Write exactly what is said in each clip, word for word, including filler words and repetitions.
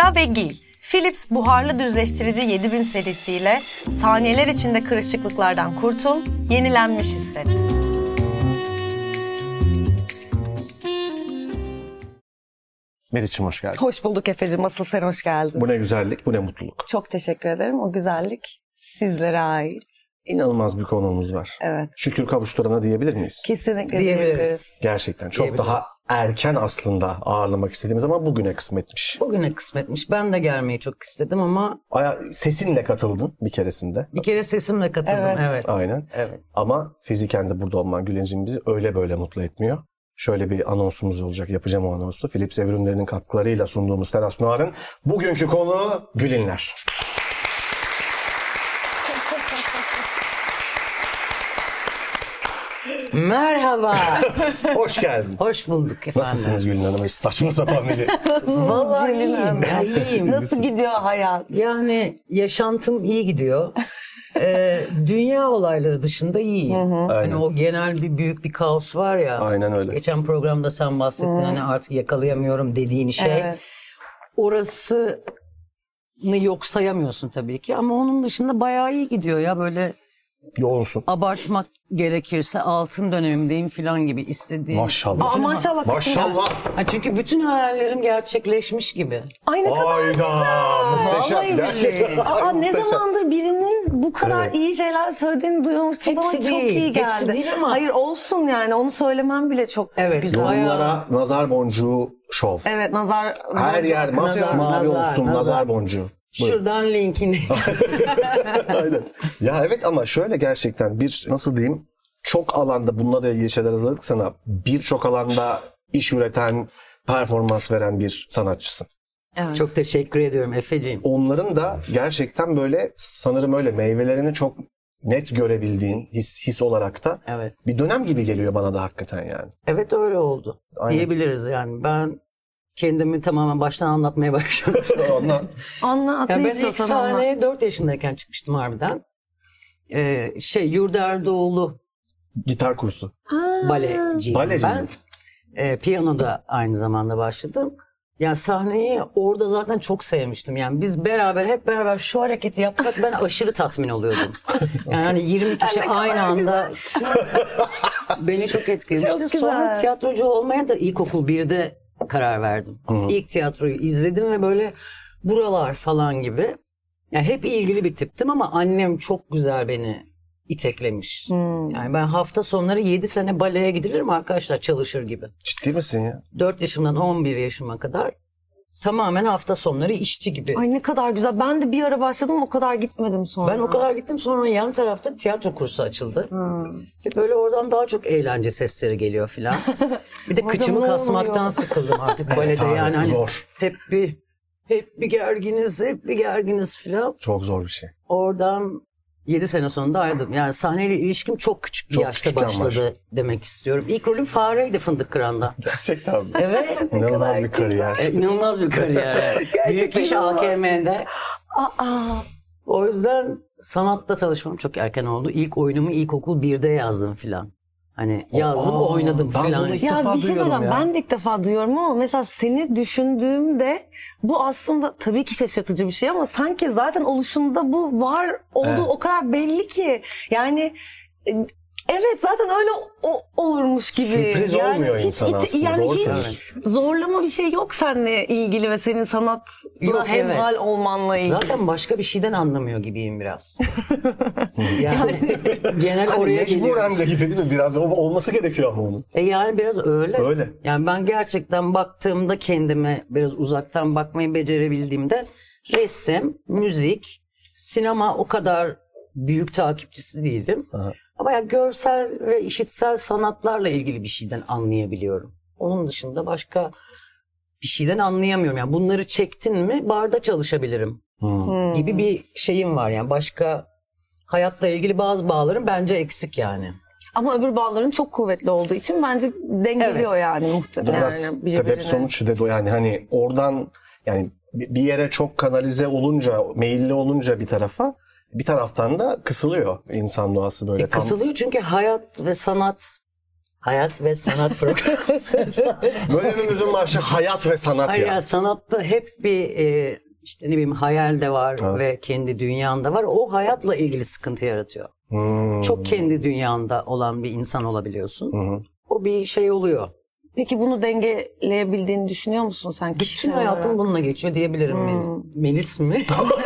Boya ve giy. Philips buharlı düzleştirici yedi bin serisiyle saniyeler içinde kırışıklıklardan kurtul, yenilenmiş hisset. Meriç'im hoş geldin. Hoş bulduk Efe'cim. Asıl sen hoş geldin. Bu ne güzellik, bu ne mutluluk. Çok teşekkür ederim. O güzellik sizlere ait. İnanılmaz bir konuğumuz var. Evet. Şükür kavuşturana diyebilir miyiz? Kesinlikle diyebiliriz. diyebiliriz. Gerçekten çok daha erken aslında ağırlamak istediğimiz ama bugüne kısmetmiş. Bugüne kısmetmiş. Ben de gelmeyi çok istedim ama Aya, sesinle katıldın bir keresinde. bir kere sesimle katıldım. Evet. Evet. Aynen. Evet. Ama fiziken de burada olman Gülencim bizi öyle böyle mutlu etmiyor. Şöyle bir anonsumuz olacak. Yapacağım o anonsu. Philips ev ürünlerinin katkılarıyla sunduğumuz Teras Noir'ın bugünkü konuğu Gülinler. Merhaba. Hoş geldin. Hoş bulduk efendim. Nasılsınız Gülin Hanım? Hiç saçma sapan bir şey. Vallahi iyiyim. Ya, iyiyim. Nasıl gidiyor hayat? Yani yaşantım iyi gidiyor. ee, dünya olayları dışında iyiyim. Hani Aynen. o genel bir büyük bir kaos var ya. Aynen öyle. Geçen programda sen bahsettin hani artık yakalayamıyorum dediğin şey. Evet. Orasını yok sayamıyorsun tabii ki ama onun dışında bayağı iyi gidiyor ya, böyle Yoğunsun. abartmak gerekirse altın dönemimdeyim falan gibi istediğim. Maşallah. Aa, maşallah. Maşallah. Ha, çünkü bütün hayallerim gerçekleşmiş gibi. Ay ne kadar Hayda. Muhteşem. Vallahi Gerçekten. billahi. Aa, ne Muhteşem. zamandır birinin bu kadar Evet. iyi şeyler söylediğini duyuyormuşsun. Bana Hepsi çok değil, iyi geldi. hepsi değil ama- Hayır olsun yani onu söylemem bile çok Evet, güzel. bayağı- Yollara nazar boncuğu şov. Evet nazar. Her yer masmavi nazar, olsun nazar. nazar boncuğu. Buyurun. Şuradan linkini. Aynen. Ya evet ama şöyle gerçekten bir nasıl diyeyim çok alanda bununla da ilgili şeyler hazırladık sana. Birçok alanda iş üreten, performans veren bir sanatçısın. Evet. Çok teşekkür ediyorum Efeciğim. Onların da gerçekten böyle sanırım öyle meyvelerini çok net görebildiğin his, his olarak da Evet. bir dönem gibi geliyor bana da hakikaten yani. Evet öyle oldu. Aynen. Diyebiliriz yani. Ben kendimi tamamen baştan anlatmaya başladım. Ondan Anlat Ya ne ben ilk istiyorsan anlat. sahneye dört yaşındayken çıkmıştım harbiden. Ee, şey Yurda Erdoğlu gitar kursu. baleciyim Baleci ben. mi? Ee, piyanoda aynı zamanda başladım. Yani sahneyi orada zaten çok sevmiştim. Yani biz beraber hep beraber şu hareketi yapsak ben aşırı tatmin oluyordum. Yani hani yirmi kişi aynı anda şu beni çok etkilemişti. Çok güzel. Sonra tiyatrocu olmaya da ilkokul birde karar verdim. İlk tiyatroyu izledim ve böyle buralar falan gibi. Yani hep ilgili bir tiptim ama annem çok güzel beni iteklemiş. Hmm. Yani ben hafta sonları yedi sene baleye gidilir mi arkadaşlar, çalışır gibi. Ciddi misin ya? dört yaşımdan on bir yaşıma kadar tamamen hafta sonları işçi gibi. Ay ne kadar güzel. Ben de bir ara başladım o kadar gitmedim sonra. Ben o kadar gittim, sonra yan tarafta tiyatro kursu açıldı. Hmm. Ve böyle oradan daha çok eğlence sesleri geliyor filan. Bir de Orada kıçımı ne kasmaktan oluyor? sıkıldım artık balede. abi, Yani hani zor. hep bir hep bir gerginiz, hep bir gerginiz filan. Çok zor bir şey. Oradan yedi sene sonunda ayrıldım. Yani sahneyle ilişkim çok küçük bir Çok yaşta küçükken başladı başladı. demek istiyorum. İlk rolüm Fareydi Fındık Kıran'da. Gerçekten mi? Evet. İnanılmaz bir kariyer. E, İnanılmaz bir kariyer. Büyük iş A K M'de. Aa, O yüzden sanatta çalışmam çok erken oldu. İlk oyunumu ilkokul birde yazdım filan. Hani yazdım, Aa, oynadım ben filan. bunu ilk ya defa bir şey duyuyorum söyleyeceğim. ya. Ben de ilk defa duyuyorum ama mesela seni düşündüğümde bu aslında tabii ki şaşırtıcı bir şey ama sanki zaten oluşunda bu var olduğu Evet. o kadar belli ki. Yani e, evet zaten öyle o, olurmuş gibi. Sürpriz yani olmuyor hiç, insana it- aslında, Yani doğru hiç söylüyorsun. zorlama bir şey yok seninle ilgili ve senin sanatla Yok, hemhal evet. olmanla ilgili. Zaten başka bir şeyden anlamıyor gibiyim biraz. yani genel Hani oraya mecburen geliyoruz. de gibi değil mi? Biraz o- olması gerekiyor ama onun. E yani biraz öyle. Öyle. Yani ben gerçekten baktığımda kendime biraz uzaktan bakmayı becerebildiğimde resim, müzik, sinema o kadar büyük takipçisi değilim. Aha. Ama ya görsel ve işitsel sanatlarla ilgili bir şeyden anlayabiliyorum. Onun dışında başka bir şeyden anlayamıyorum. Yani bunları çektin mi barda çalışabilirim Hmm. gibi bir şeyim var. Yani başka hayatla ilgili bazı bağlarım bence eksik yani. Ama öbür bağların çok kuvvetli olduğu için bence dengeliyor Evet. yani muhtemelen. Biraz Yani sebep birbirine. sonuç dedi o yani hani oradan yani bir yere çok kanalize olunca, meyilli olunca bir tarafa bir taraftan da kısılıyor insan doğası böyle. E, kısılıyor çünkü hayat ve sanat Hayat ve sanat programı. Bölümümüzün başı hayat ve sanat Hayır, ya. ya sanatta hep bir e, işte ne bileyim hayal de var Evet. ve kendi dünyanda var. O hayatla ilgili sıkıntı yaratıyor. Hmm. Çok kendi dünyanda olan bir insan olabiliyorsun. Hı-hı. O bir şey oluyor. Peki bunu dengeleyebildiğini düşünüyor musun sen? Bütün kişisel hayatım olarak? bununla geçiyor diyebilirim. Melis. Melis mi?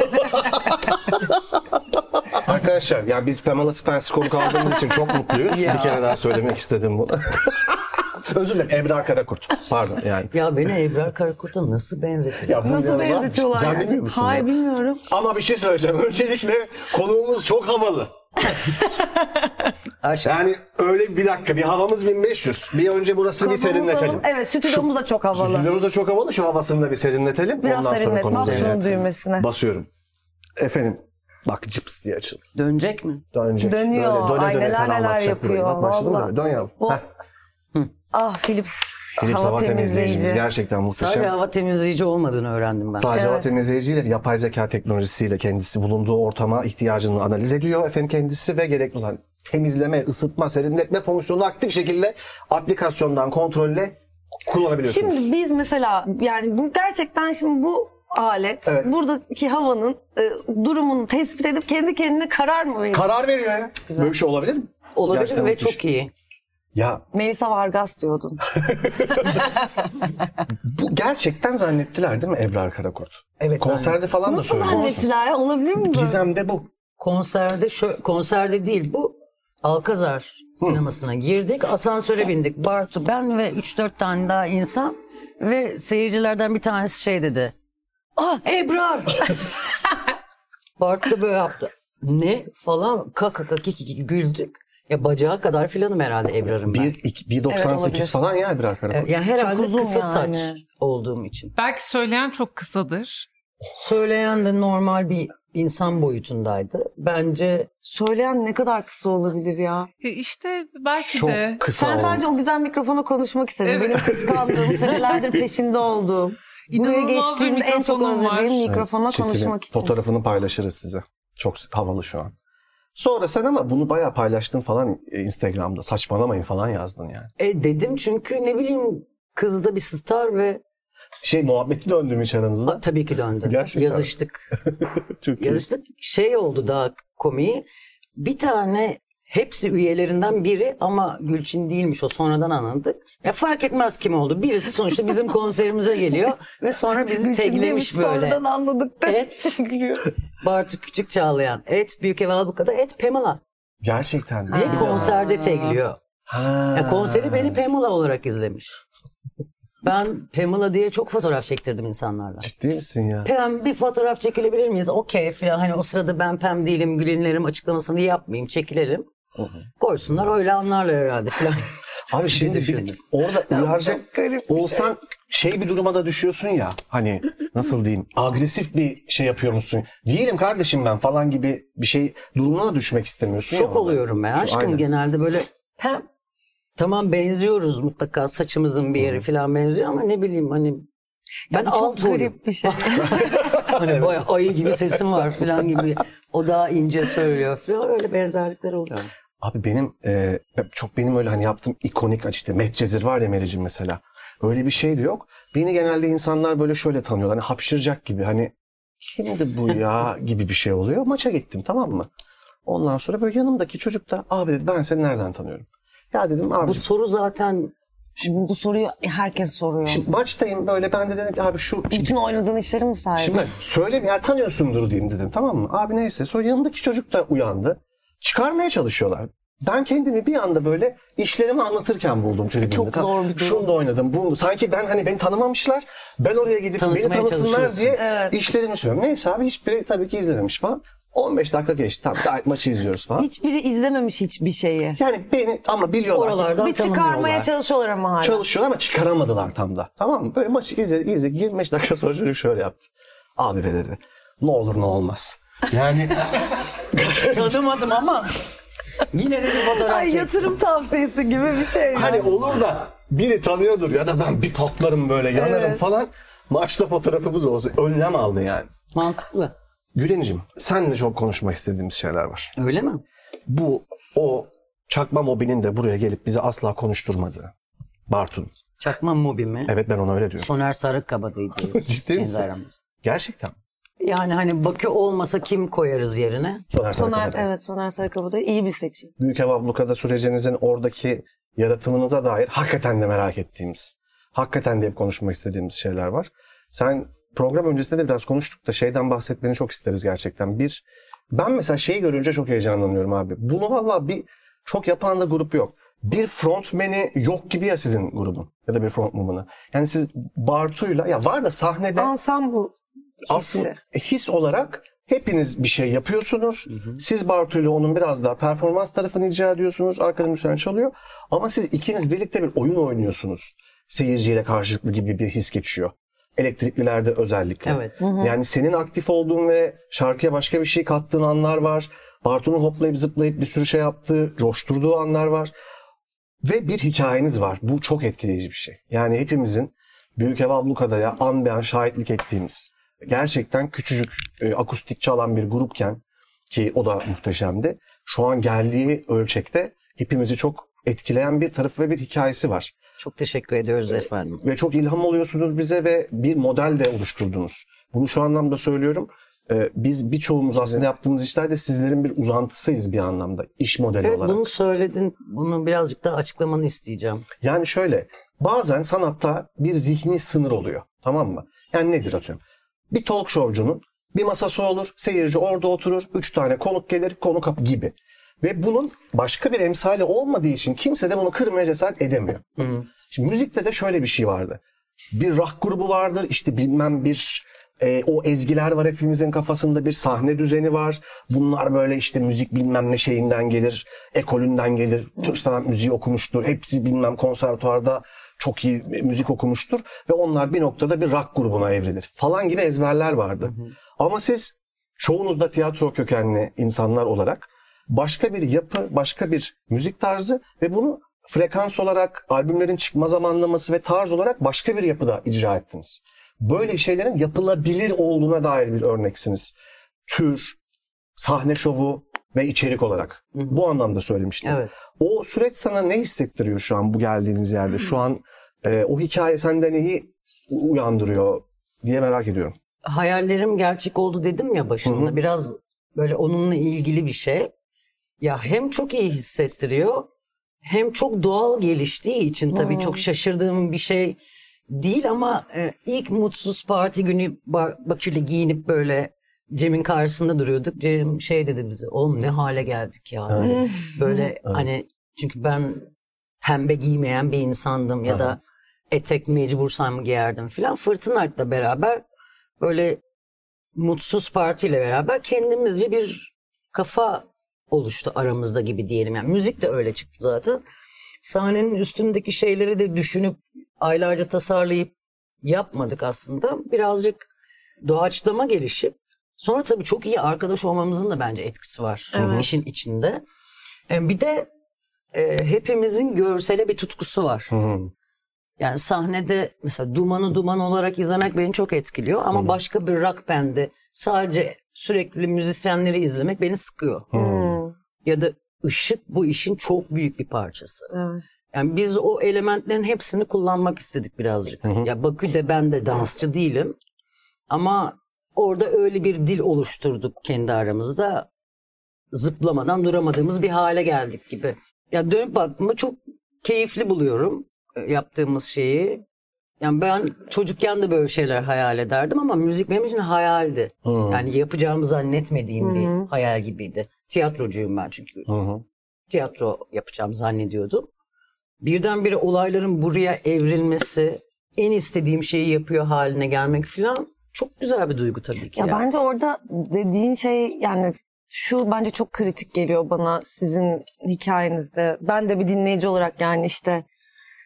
Arkadaşlar yani biz Pamela Spencer konuk aldığımız için çok mutluyuz. Ya. Bir kere daha söylemek istedim bunu. Özür dilerim. Ebrar Karakurt. Pardon yani. Ya beni Ebrar Karakurt'a nasıl benzetir? Ya bu Nasıl inanılmaz bir şey. benzetiyorlar? Sen yani? bilmiyor musun Hayır ya? bilmiyorum. Ama bir şey söyleyeceğim. Öncelikle konuğumuz çok havalı. Aşağı. Yani öyle bir dakika bir havamız bin beş yüz. Bir önce burası bir serinletelim. Evet stüdyomuz da çok havalı. Stüdyomuz da çok havalı. Şu havasını da bir serinletelim. Biraz Ondan sonra serinlet. konumuza Bas şunun girelim. düğmesine. Basıyorum. Efendim. Bak cips diye açıldı. Dönecek mi? Dönecek. Dönüyor. Böyle döne Ay, döne neler falan neler bakacak buraya. yapıyor, Bak başladı mı? vallahi. Dön yavrum. O- Heh. Ah Philips, Philips hava, hava temizleyicimiz temizleyici. gerçekten muhteşem. Sadece hava temizleyici olmadığını öğrendim ben. Sadece hava Evet. temizleyiciyle yapay zeka teknolojisiyle kendisi bulunduğu ortama ihtiyacını analiz ediyor efendim kendisi ve gerekli olan temizleme, ısıtma, serinletme fonksiyonunu aktif şekilde aplikasyondan kontrolle kullanabiliyorsunuz. Şimdi biz mesela yani bu gerçekten şimdi bu alet Evet. buradaki havanın e, durumunu tespit edip kendi kendine karar mı veriyor? Karar veriyor ya. Böyle bir şey olabilir mi? Olabilir Gerçekten ve müthiş. çok iyi. Ya Melisa Vargas diyordun. bu gerçekten zannettiler değil mi Ebrar Karakurt? Evet, Konserde falan da Nasıl söylüyor. zannettiler ya? Olabilir mi böyle? Gizem de bu. Konserde şö- konserde değil bu Alcazar sinemasına girdik. Asansöre bindik. Bartu, ben ve üç dört tane daha insan ve seyircilerden bir tanesi şey dedi. Ah Ebrar! Bartu da böyle yaptı. Ne falan kaka kaka kiki kiki güldük. Ya bacağı kadar filanım herhalde Ebrar'ım ben. bir bir doksan Evet, sekiz olabilir. falan ya Ebrar Karakurt. Yani herhalde uzun kısa yani. saç olduğum için. Belki söyleyen çok kısadır. Söyleyen de normal bir insan boyutundaydı. Bence Söyleyen ne kadar kısa olabilir ya? E işte belki Çok de. kısa Sen oldu. sadece o güzel mikrofona konuşmak istedin. Evet. Benim kıskandığım, senelerdir peşinde olduğum. Buraya İnanılmaz bir geçtiğimde en çok mikrofonum var. özlediğim mikrofona Çizimi, konuşmak için. Fotoğrafını paylaşırız size. Çok havalı şu an. Sonra sen ama bunu bayağı paylaştın falan e, Instagram'da. Saçmalamayın falan yazdın yani. e, dedim çünkü ne bileyim kız da bir star ve Şey muhabbeti döndü mü hiç aranızda? a, tabii ki döndü. Gerçekten. Yazıştık. Çok iyi. Yazıştık. Şey oldu daha komiği. Bir tane hepsi üyelerinden biri ama Gülçin değilmiş o sonradan anladık. Ya fark etmez kim oldu. Birisi sonuçta bizim konserimize geliyor ve sonra bizi taglemiş böyle. Sonradan anladık da. Et, Bartu Küçük Çağlayan, et Büyük Ev Albuka'da, et Pamela Gerçekten. diye Ha. konserde tagliyor. Ha. Ya konseri beni Pamela olarak izlemiş. Ben Pamela diye çok fotoğraf çektirdim insanlarla. Ciddi misin ya? Pam bir fotoğraf çekilebilir miyiz? Okey falan. Hani o sırada ben Pam değilim, Gülinlerim açıklamasını yapmayayım, çekilelim. Koysunlar öyle anlarlar herhalde falan. Abi şimdi bir de düşündüm. orada uyaracak çok garip bir olsan şey bir duruma da düşüyorsun ya. Hani nasıl diyeyim? Agresif bir şey yapıyormuşsun. Değilim kardeşim ben falan gibi bir şey durumuna da düşmek istemiyorsun. Şok ya orada. oluyorum ben. Şu- Aşkım aynen. genelde böyle Pam. Tamam benziyoruz mutlaka saçımızın bir yeri falan benziyor ama ne bileyim hani ben Çok alt oyum. garip bir şey. Hani bayağı ayı gibi sesim var falan gibi. O daha ince söylüyor falan öyle benzerlikler oluyor. Abi benim e, çok benim öyle hani yaptığım ikonik işte Medcezir var ya Mericim mesela. Öyle bir şey de yok. Beni genelde insanlar böyle şöyle tanıyorlar. Hani hapşıracak gibi hani kimdi bu ya gibi bir şey oluyor. Maça gittim tamam mı? Ondan sonra böyle yanımdaki çocuk da abi dedi ben seni nereden tanıyorum? Ya dedim abi Bu soru zaten Şimdi bu soruyu herkes soruyor. şimdi maçtayım böyle ben de dedim ki abi şu Bütün oynadığın işleri mi sahibi? şimdi söyle ya tanıyorsundur diyeyim dedim tamam mı? Abi neyse sonra yanımdaki çocuk da uyandı. Çıkarmaya çalışıyorlar. Ben kendimi bir anda böyle işlerimi anlatırken buldum tribünde. Çok zor bir durum. Şunu da oynadım, bunu. Sanki ben hani beni tanımamışlar. Ben oraya gidip Tanıtmaya beni tanısınlar çalışıyorsun. diye Evet. işlerimi söylüyorum. Neyse abi hiçbiri tabii ki izlememiş falan. on beş dakika geçti. Tamam gayet maçı izliyoruz falan. Hiçbiri izlememiş hiçbir şeyi. Yani beni ama biliyorlar. ki oralardan Bir çıkarmaya tanımıyorlar. çalışıyorlar ama hala. çalışıyorlar ama çıkaramadılar tam da. Tamam mı? Böyle maçı izledi, izledi. yirmi beş dakika sonra çocuk şöyle yaptı. Abi be dedi. Ne olur ne olmaz. Yani Tanımadım ama yine de bir fotoğraf Ay çektim. yatırım tavsiyesi gibi bir şey. hani olur da biri tanıyordur ya da ben bir patlarım böyle yanarım Evet. falan. Maçta fotoğrafımız olsa önlem aldı yani. Mantıklı. Gülencim, seninle çok konuşmak istediğimiz şeyler var. Öyle mi? Bu, o Çakma Mobi'nin de buraya gelip bizi asla konuşturmadığı. Bartu'nun. Çakma Mobi mi? Evet, ben ona öyle diyorum. Soner Sarıkabadaydı. Ciddi misin? Gerçekten. Yani hani Bakü olmasa kim koyarız yerine? Soner Soner, Sarıkabadayı. evet Soner Sarıkabada iyi bir seçim. Büyük Ev Ablukada sürecinizin oradaki yaratımınıza dair hakikaten de merak ettiğimiz, hakikaten de hep konuşmak istediğimiz şeyler var. Sen program öncesinde de biraz konuştuk da şeyden bahsetmeni çok isteriz gerçekten. Bir, ben mesela şeyi görünce çok heyecanlanıyorum abi. Bunu valla bir çok yapan da grup yok. Bir frontmeni yok gibi ya sizin grubun ya da bir frontwoman'ı. Yani siz Bartu'yla, ya var da sahnede Ensemble aslında hissi. his olarak hepiniz bir şey yapıyorsunuz. Hı hı. Siz Bartu'yla onun biraz daha performans tarafını icra ediyorsunuz. Arkada müzisyen çalıyor. Ama siz ikiniz birlikte bir oyun oynuyorsunuz. Seyirciyle karşılıklı gibi bir his geçiyor. Elektriklilerde özellikle. Evet. Hı hı. Yani senin aktif olduğun ve şarkıya başka bir şey kattığın anlar var. Bartu'nun hoplayıp zıplayıp bir sürü şey yaptığı, coşturduğu anlar var. Ve bir hikayeniz var. Bu çok etkileyici bir şey. Yani hepimizin Büyük Ev Ablukada'ya an be an şahitlik ettiğimiz, gerçekten küçücük e, akustik çalan bir grupken, ki o da muhteşemdi, şu an geldiği ölçekte hepimizi çok etkileyen bir tarafı ve bir hikayesi var. Çok teşekkür ediyoruz efendim. Ve çok ilham oluyorsunuz bize ve bir model de oluşturdunuz. Bunu şu anlamda söylüyorum. Ee, biz birçoğumuz Sizin. aslında yaptığımız işlerde sizlerin bir uzantısıyız bir anlamda. İş modeli Evet, olarak. bunu söyledin. Bunu birazcık daha açıklamanı isteyeceğim. Yani şöyle, bazen sanatta bir zihni sınır oluyor. Tamam mı? Yani nedir atıyorum? Bir talk show'cunun bir masası olur, seyirci orada oturur, üç tane konuk gelir, konu kapı gibi. Ve bunun başka bir emsali olmadığı için kimse de bunu kırmaya cesaret edemiyor. Hı hı. Şimdi müzikte de şöyle bir şey vardı. Bir rock grubu vardır, işte bilmem bir e, o ezgiler var hepimizin kafasında, bir sahne düzeni var. Bunlar böyle işte müzik bilmem ne şeyinden gelir, ekolünden gelir, Türk sanat müziği okumuştur. Hepsi bilmem konservatuarda çok iyi müzik okumuştur ve onlar bir noktada bir rock grubuna evrilir falan gibi ezberler vardı. Hı hı. Ama siz çoğunuz da tiyatro kökenli insanlar olarak başka bir yapı, başka bir müzik tarzı ve bunu frekans olarak, albümlerin çıkma zamanlaması ve tarz olarak başka bir yapıda icra ettiniz. Böyle şeylerin yapılabilir olduğuna dair bir örneksiniz. Tür, sahne şovu ve içerik olarak. Hı hı. Bu anlamda söylemiştim. Evet. O süreç sana ne hissettiriyor şu an bu geldiğiniz yerde? Şu an e, o hikaye sende neyi uyandırıyor diye merak ediyorum. Hayallerim gerçek oldu dedim ya başında. Hı hı. Biraz böyle onunla ilgili bir şey. Ya hem çok iyi hissettiriyor, hem çok doğal geliştiği için tabii hmm. çok şaşırdığım bir şey değil ama e, ilk Mutsuz Parti günü Bakü'yle giyinip böyle Cem'in karşısında duruyorduk. Cem şey dedi bize, oğlum ne hale geldik ya. Evet. Böyle evet. Hani çünkü ben pembe giymeyen bir insandım ya da etek mecbursam giyerdim filan. Fırtınay'la beraber böyle Mutsuz Parti ile beraber kendimizce bir kafa oluştu aramızda gibi diyelim. Yani müzik de öyle çıktı zaten. Sahnenin üstündeki şeyleri de düşünüp aylarca tasarlayıp yapmadık aslında. Birazcık doğaçlama gelişip sonra tabii çok iyi arkadaş olmamızın da bence etkisi var evet. işin içinde. Bir de e, hepimizin görsele bir tutkusu var. Hı hı. Yani sahnede mesela Duman'ı Duman olarak izlemek beni çok etkiliyor ama hı hı. başka bir rock band'i sadece sürekli müzisyenleri izlemek beni sıkıyor. Hı. Ya da ışık bu işin çok büyük bir parçası. Evet. Yani biz o elementlerin hepsini kullanmak istedik birazcık. Hı hı. Ya Bakü'de ben de dansçı değilim. Ama orada öyle bir dil oluşturduk kendi aramızda. Zıplamadan duramadığımız bir hale geldik gibi. Ya dönüp baktığımda çok keyifli buluyorum yaptığımız şeyi. Yani ben çocukken de böyle şeyler hayal ederdim ama müzik benim için hayaldi. Hı. Yani yapacağımı zannetmediğim Hı. bir hayal gibiydi. Tiyatrocuyum ben çünkü. Hı hı. Tiyatro yapacağımı zannediyordum. Birdenbire olayların buraya evrilmesi, en istediğim şeyi yapıyor haline gelmek falan çok güzel bir duygu tabii ki. Ya yani. Bence orada dediğin şey yani şu bence çok kritik geliyor bana sizin hikayenizde. Ben de bir dinleyici olarak yani işte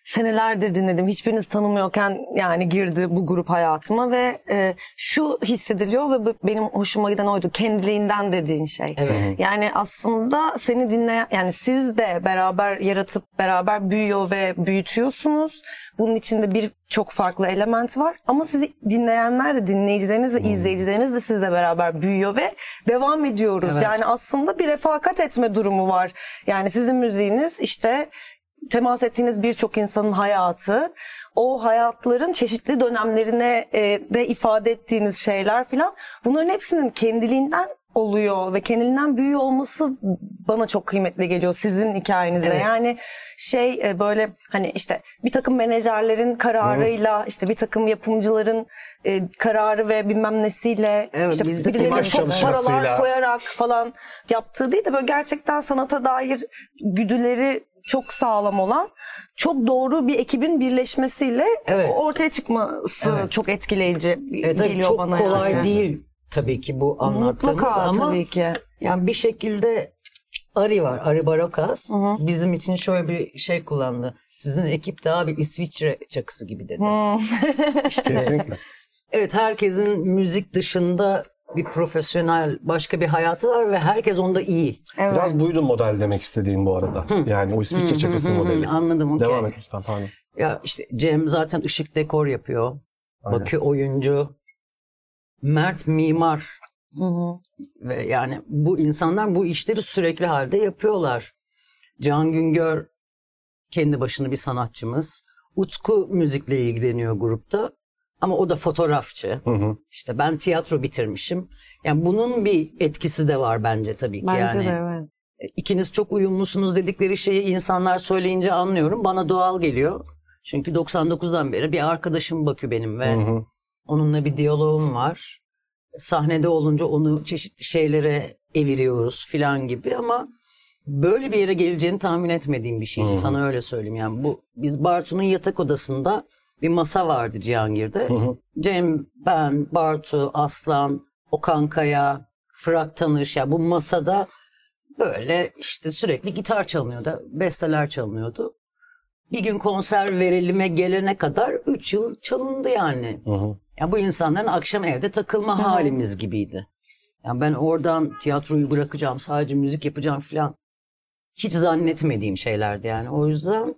senelerdir dinledim. Hiçbiriniz tanımıyorken yani girdi bu grup hayatıma ve e, şu hissediliyor ve bu benim hoşuma giden oydu. Kendiliğinden dediğin şey. Evet. Yani aslında seni dinleyen, yani siz de beraber yaratıp beraber büyüyor ve büyütüyorsunuz. Bunun içinde birçok farklı element var. Ama sizi dinleyenler de, dinleyicileriniz ve izleyicileriniz de sizle beraber büyüyor ve devam ediyoruz. Evet. Yani aslında bir refakat etme durumu var. Yani sizin müziğiniz işte temas ettiğiniz birçok insanın hayatı, o hayatların çeşitli dönemlerine e, de ifade ettiğiniz şeyler filan, bunların hepsinin kendiliğinden oluyor ve kendiliğinden büyüyor olması bana çok kıymetli geliyor sizin hikayenizde. Evet. Yani şey e, böyle hani işte bir takım menajerlerin kararıyla, işte bir takım yapımcıların e, kararı ve bilmem nesiyle, Evet, işte bizde birilerine imaj çok çalışmasıyla. paralar koyarak falan yaptığı değil de böyle gerçekten sanata dair güdüleri çok sağlam olan, çok doğru bir ekibin birleşmesiyle Evet. ortaya çıkması Evet. çok etkileyici Evet, tabii geliyor çok bana. kolay yani. değil tabii ki bu anlattığımız Mutlaka ama tabii ki. yani bir şekilde Ari var, Ari Barokas. Hı hı. Bizim için şöyle bir şey kullandı. Sizin ekip daha bir İsviçre çakısı gibi dedi. Kesinlikle. Evet, herkesin müzik dışında bir profesyonel başka bir hayatı var ve herkes onda iyi. Evet. Biraz buydu model demek istediğim bu arada. Yani o İsviçre çakısı modeli. Anladım, okey. Devam et lütfen, pardon. Ya işte Cem zaten ışık dekor yapıyor. Aynen. Bakü oyuncu. Mert mimar. Hı hı. Ve yani bu insanlar bu işleri sürekli halde yapıyorlar. Can Güngör kendi başına bir sanatçımız. Utku müzikle ilgileniyor grupta. Ama o da fotoğrafçı. Hı hı. İşte ben tiyatro bitirmişim. Yani bunun bir etkisi de var bence tabii ki. Bence yani. de evet. İkiniz çok uyumlusunuz dedikleri şeyi insanlar söyleyince anlıyorum. Bana doğal geliyor. Çünkü doksan dokuzdan beri bir arkadaşım Bakü benim ve Hı hı. onunla bir diyaloğum var. Sahnede olunca onu çeşitli şeylere eviriyoruz filan gibi ama böyle bir yere geleceğini tahmin etmediğim bir şeydi. Hı hı. Sana öyle söyleyeyim. Yani bu biz Bartu'nun yatak odasında bir masa vardı Cihangir'de. Hı hı. Cem, ben, Bartu, Aslan, Okan Kaya, Fırat Tanış, ya bu masada böyle işte sürekli gitar çalınıyordu, besteler çalınıyordu. Bir gün konser verilime gelene kadar üç yıl çalındı yani. Hı hı. Ya bu insanların akşam evde takılma halimiz gibiydi. Yani ben oradan tiyatroyu bırakacağım, sadece müzik yapacağım falan hiç zannetmediğim şeylerdi yani. O yüzden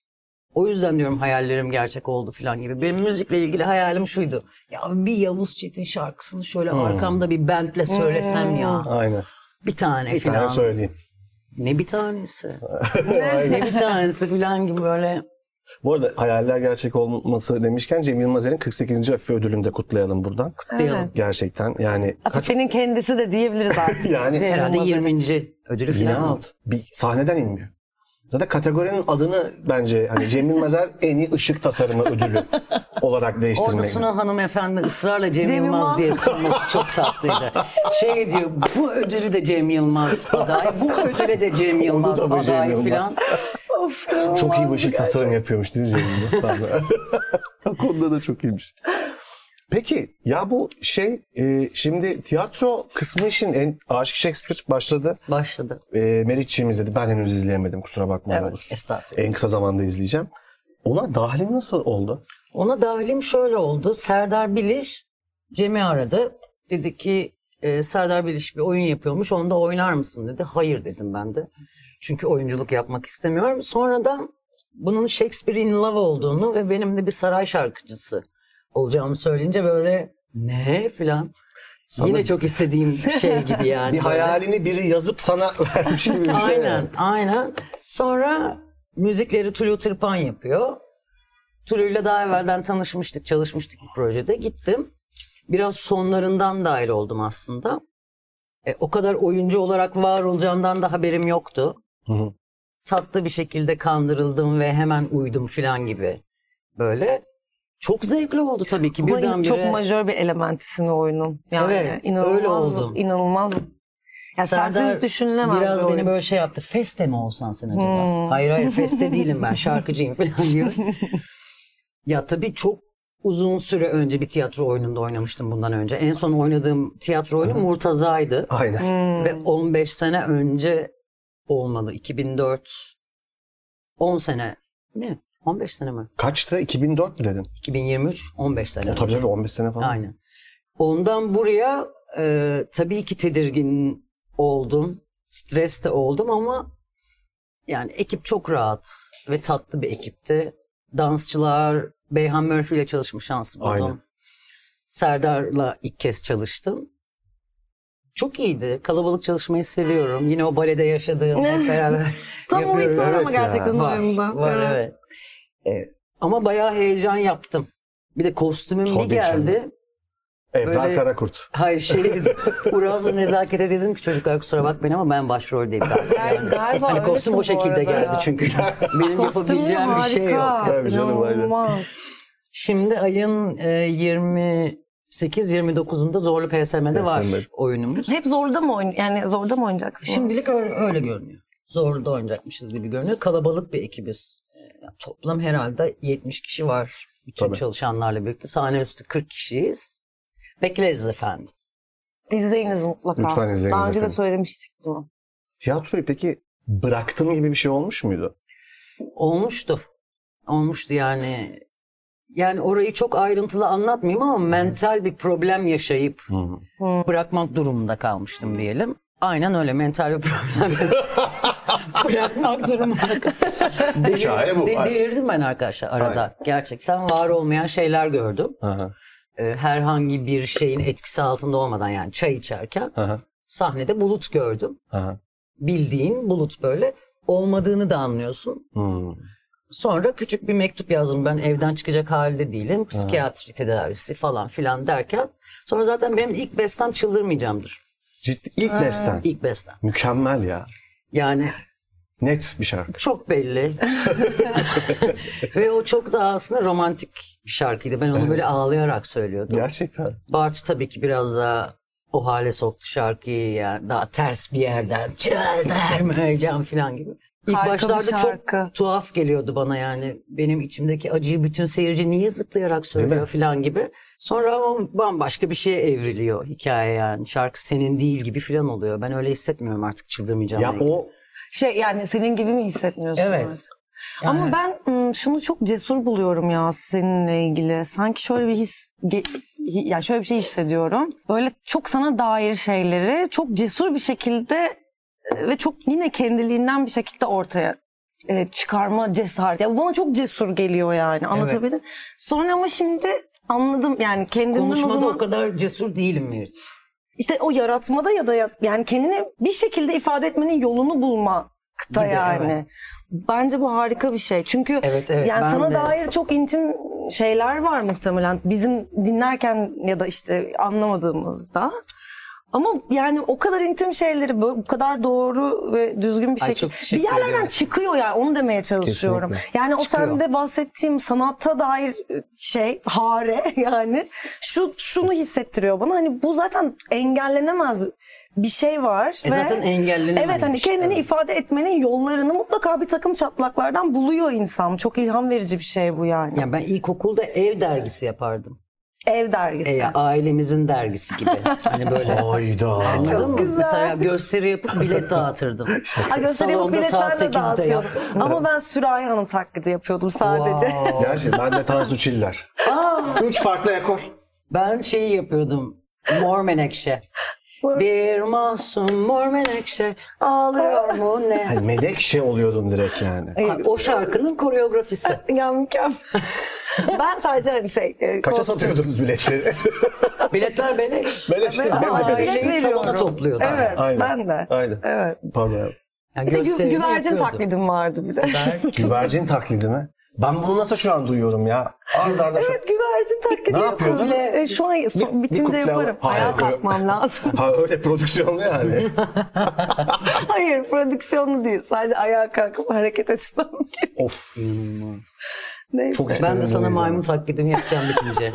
o yüzden diyorum hayallerim gerçek oldu falan gibi. Benim müzikle ilgili hayalim şuydu. Ya bir Yavuz Çetin şarkısını şöyle Hmm. arkamda bir bandle söylesem ya. Aynen. Bir tane Bir tane falan. söyleyeyim. Ne bir tanesi. ne bir tanesi falan gibi böyle. Bu arada hayaller gerçek olması demişken Cem Yılmaz'ın kırk sekizinci Afife ödülünü de kutlayalım buradan. Diyelim. Evet. Gerçekten yani kaç Afife'nin kendisi de diyebiliriz artık. yani Cem Herhalde Yılmaz'ın. yirminci ödülü yine falan. alt. Bir sahneden inmiyor. Zaten kategorinin adını bence hani Cem Yılmaz'ın en iyi ışık tasarımı ödülü olarak değiştirmek. Orada Suna hanımefendi ısrarla Cem, Cem Yılmaz, Yılmaz. diye sunması çok tatlıydı. Şey diyor, bu ödülü de Cem Yılmaz aday, bu ödüle de Cem Yılmaz da bu Cem aday Yılmaz. filan. Of, Çok iyi bir ışık tasarım yapıyormuş değil mi Cem Yılmaz? O konuda da çok iyiymiş. Peki ya bu şey e, şimdi tiyatro kısmı işin en Aşık Shakespeare başladı. Başladı. E, Meriç'ciğim izledi. Ben henüz izleyemedim, kusura bakma. Evet, olur. estağfurullah. En kısa zamanda izleyeceğim. Ona dahilin nasıl oldu? Ona dahilim şöyle oldu. Serdar Biliş Cem'i aradı. Dedi ki e, Serdar Biliş bir oyun yapıyormuş. Onda oynar mısın dedi. Hayır dedim ben de. Çünkü oyunculuk yapmak istemiyorum. Sonradan bunun Shakespeare in Love olduğunu ve benim de bir saray şarkıcısı olacağımı söyleyince böyle ne filan. Sana- Yine çok istediğim şey gibi yani. Bir böyle. hayalini biri yazıp sana vermiş gibi bir şey. Aynen, yani. aynen. Sonra müzikleri Tulu Tırpan yapıyor. Tulu'yla daha evvelden tanışmıştık, çalışmıştık bir projede. Gittim. Biraz sonlarından dahil oldum aslında. E, o kadar oyuncu olarak var olacağımdan da haberim yoktu. Hı hı. Tatlı bir şekilde kandırıldım ve hemen uydum falan gibi. Böyle. Çok zevkli oldu tabii ki. Ama Birdenbire... çok majör bir elementisin o oyunun. Yani Evet, inanılmaz, öyle oldum. inanılmaz. Ya Serdar sensiz düşünülemez biraz bir beni oyun. böyle şey yaptı. Feste mi olsan sen acaba? Hmm. Hayır hayır feste değilim ben, şarkıcıyım falan diyor. Ya tabii çok uzun süre önce bir tiyatro oyununda oynamıştım bundan önce. En son oynadığım tiyatro oyunu Murtaza'ydı. Aynen. Hmm. Ve on beş sene önce olmalı. iki bin dört on sene mi? on beş sene mi? Kaçtı? iki bin dört mü dedin? iki bin yirmi üç on beş sene. O tabii tabii on beş sene falan. Aynen. Ondan buraya e, tabii ki tedirgin oldum. Stres de oldum ama yani ekip çok rahat ve tatlı bir ekipti. Dansçılar, Beyhan Murphy ile çalışma şansı buldum. Aynen. Serdar'la ilk kez çalıştım. Çok iyiydi. Kalabalık çalışmayı seviyorum. Yine o balede yaşadığım hep beraber Tam o yapıyoruz. his var ama Evet ya. gerçekten Var, oyunda. var Evet. evet. Evet. Ama bayağı heyecan yaptım. Bir de kostümüm bir Tabii geldi. canım. Ebrar Böyle- Karakurt. Hayır şey dedim. Uraz'la nezakete dedim ki çocuklar kusura bakmayın ama ben başroldeyim galiba. Gal- galiba Hani kostüm o öylesin bu şekilde arada geldi ya. çünkü. Benim yapabileceğim bir şey yok. harika. Tabii canım, aynen. İnanılmaz. Şimdi ayın e, yirmi sekiz yirmi dokuzunda Zorlu P S M'de var P S M. oyunumuz. Hep zorda mı oyun yani zorda mı oynayacaksınız? Şimdilik öyle, öyle görünüyor. Zorlu'da oynayacakmışız gibi görünüyor. Kalabalık bir ekibiz. E, toplam herhalde yetmiş kişi var. Bütün Tabii. çalışanlarla birlikte. Sahne üstü kırk kişiyiz. Bekleriz efendim. İzleyiniz mutlaka. Lütfen izleyiniz Daha önce de efendim. söylemiştik bunu. Tiyatroyu peki bıraktım gibi bir şey olmuş muydu? Olmuştu. Olmuştu yani. Yani orayı çok ayrıntılı anlatmayayım ama mental bir problem yaşayıp bırakmak durumunda kalmıştım diyelim. Aynen öyle mental bir problem. Bırakmak durumunda. Hikaye bu. De- delirdim ben arkadaşlar arada. Aynen. Gerçekten var olmayan şeyler gördüm. Aha, Ee, herhangi bir şeyin etkisi altında olmadan yani çay içerken aha, sahnede bulut gördüm. aha. Bildiğin bulut böyle. Olmadığını da anlıyorsun. Hmm. Sonra küçük bir mektup yazdım. Ben evden çıkacak halde değilim. Psikiyatri tedavisi falan filan derken. Sonra zaten benim ilk bestem çıldırmayacağımdır. Ciddi. İlk besten. İlk bestem. Mükemmel ya. Yani Net bir şarkı. çok belli. Ve o çok daha aslında romantik bir şarkıydı. Ben onu böyle ağlayarak söylüyordum. Gerçekten. Bartu tabii ki biraz daha o hale soktu şarkıyı ya. Daha ters bir yerden. Çöldermeyeceğim falan gibi. İlk Harika bir başlarda şarkı. çok tuhaf geliyordu bana yani. Benim içimdeki acıyı bütün seyirci niye zıplayarak söylüyor falan gibi. Sonra ama bambaşka bir şeye evriliyor hikaye yani. Şarkı senin değil gibi falan oluyor. Ben öyle hissetmiyorum artık çıldırmayacağım. Ya o Şey yani senin gibi mi hissetmiyorsun? Evet. artık? Yani- Ama ben ım, şunu çok cesur buluyorum ya seninle ilgili. Sanki şöyle bir his, ge- hi- yani şöyle bir şey hissediyorum. Böyle çok sana dair şeyleri çok cesur bir şekilde e, ve çok yine kendiliğinden bir şekilde ortaya e, çıkarma cesareti. Ya bu bana çok cesur geliyor yani. Anlatabildim. Sonra ama şimdi anladım yani kendinden o konuşmada zaman o kadar cesur değilim Meriç. işte o yaratmada ya da ya- yani kendini bir şekilde ifade etmenin yolunu bulmakta Gibi, yani. evet. Bence bu harika bir şey. Çünkü Evet, evet, yani ben sana de- dair çok intim şeyler var muhtemelen. Bizim dinlerken ya da işte anlamadığımızda. Ama yani o kadar intim şeyleri böyle, bu kadar doğru ve düzgün bir Ay, şekilde çok bir teşekkür yerlerden ediyorum. çıkıyor yani onu demeye çalışıyorum. Kesinlikle. Yani o Çıkıyor. sende bahsettiğim sanatta dair şey hare yani şu şunu hissettiriyor bana hani bu zaten engellenemez bir şey var E ve zaten engellenemez evet hani bir şey, kendini evet. ifade etmenin yollarını mutlaka bir takım çatlaklardan buluyor insan. Çok ilham verici bir şey bu yani. Yani ben ilkokulda ev dergisi yapardım. Ev dergisi. E, ailemizin dergisi gibi. Hani böyle. Hayda. Anladın mı? güzel. Mesela gösteri yapıp bilet dağıtırdım. Ha, gösteri yapıp Salonda saat biletler de sekizde dağıtıyordum. yaptım. Ama ben Sürahi Hanım taklidi yapıyordum sadece. Wow. Gerçi ben de Tansu Çiller. Üç farklı ekor. Ben şeyi yapıyordum. Mor menekşe. Bir masum mor menekşe ağlıyor mu ne? Hani Menekşe oluyordun direkt yani. Ha, o şarkının koreografisi. Ya mükemmel. Ben sadece hani şey... e, Kaça kostüm- satıyordunuz biletleri? Biletler beleş. Beleş değil mi? Ben de Aa, beleş. Aileyi bilet salona veriyorum. topluyordum. Evet Aynen. ben de. Aynen. Evet. Pardon abi. Yani Bir de gü- gösterini güvercin yapıyordum. taklidim vardı bir de. Güvercin taklidi mi? Ben bunu nasıl şu an duyuyorum ya? Arda arda şu... Evet güvercin taklidi Ne yapıyordun? yapıyordum. E, şu an so- Bir- bir bitince kuple yaparım. al- Hayır, Ayağa öyle- kalkmam lazım. Ha öyle prodüksiyonlu yani. Hayır prodüksiyonlu değil. Sadece ayağa kalkıp hareket etmem gerekiyor. Of. Neyse. Çok istedim. Ben de sana o yüzden. maymun taklidimi yapacağım bitince.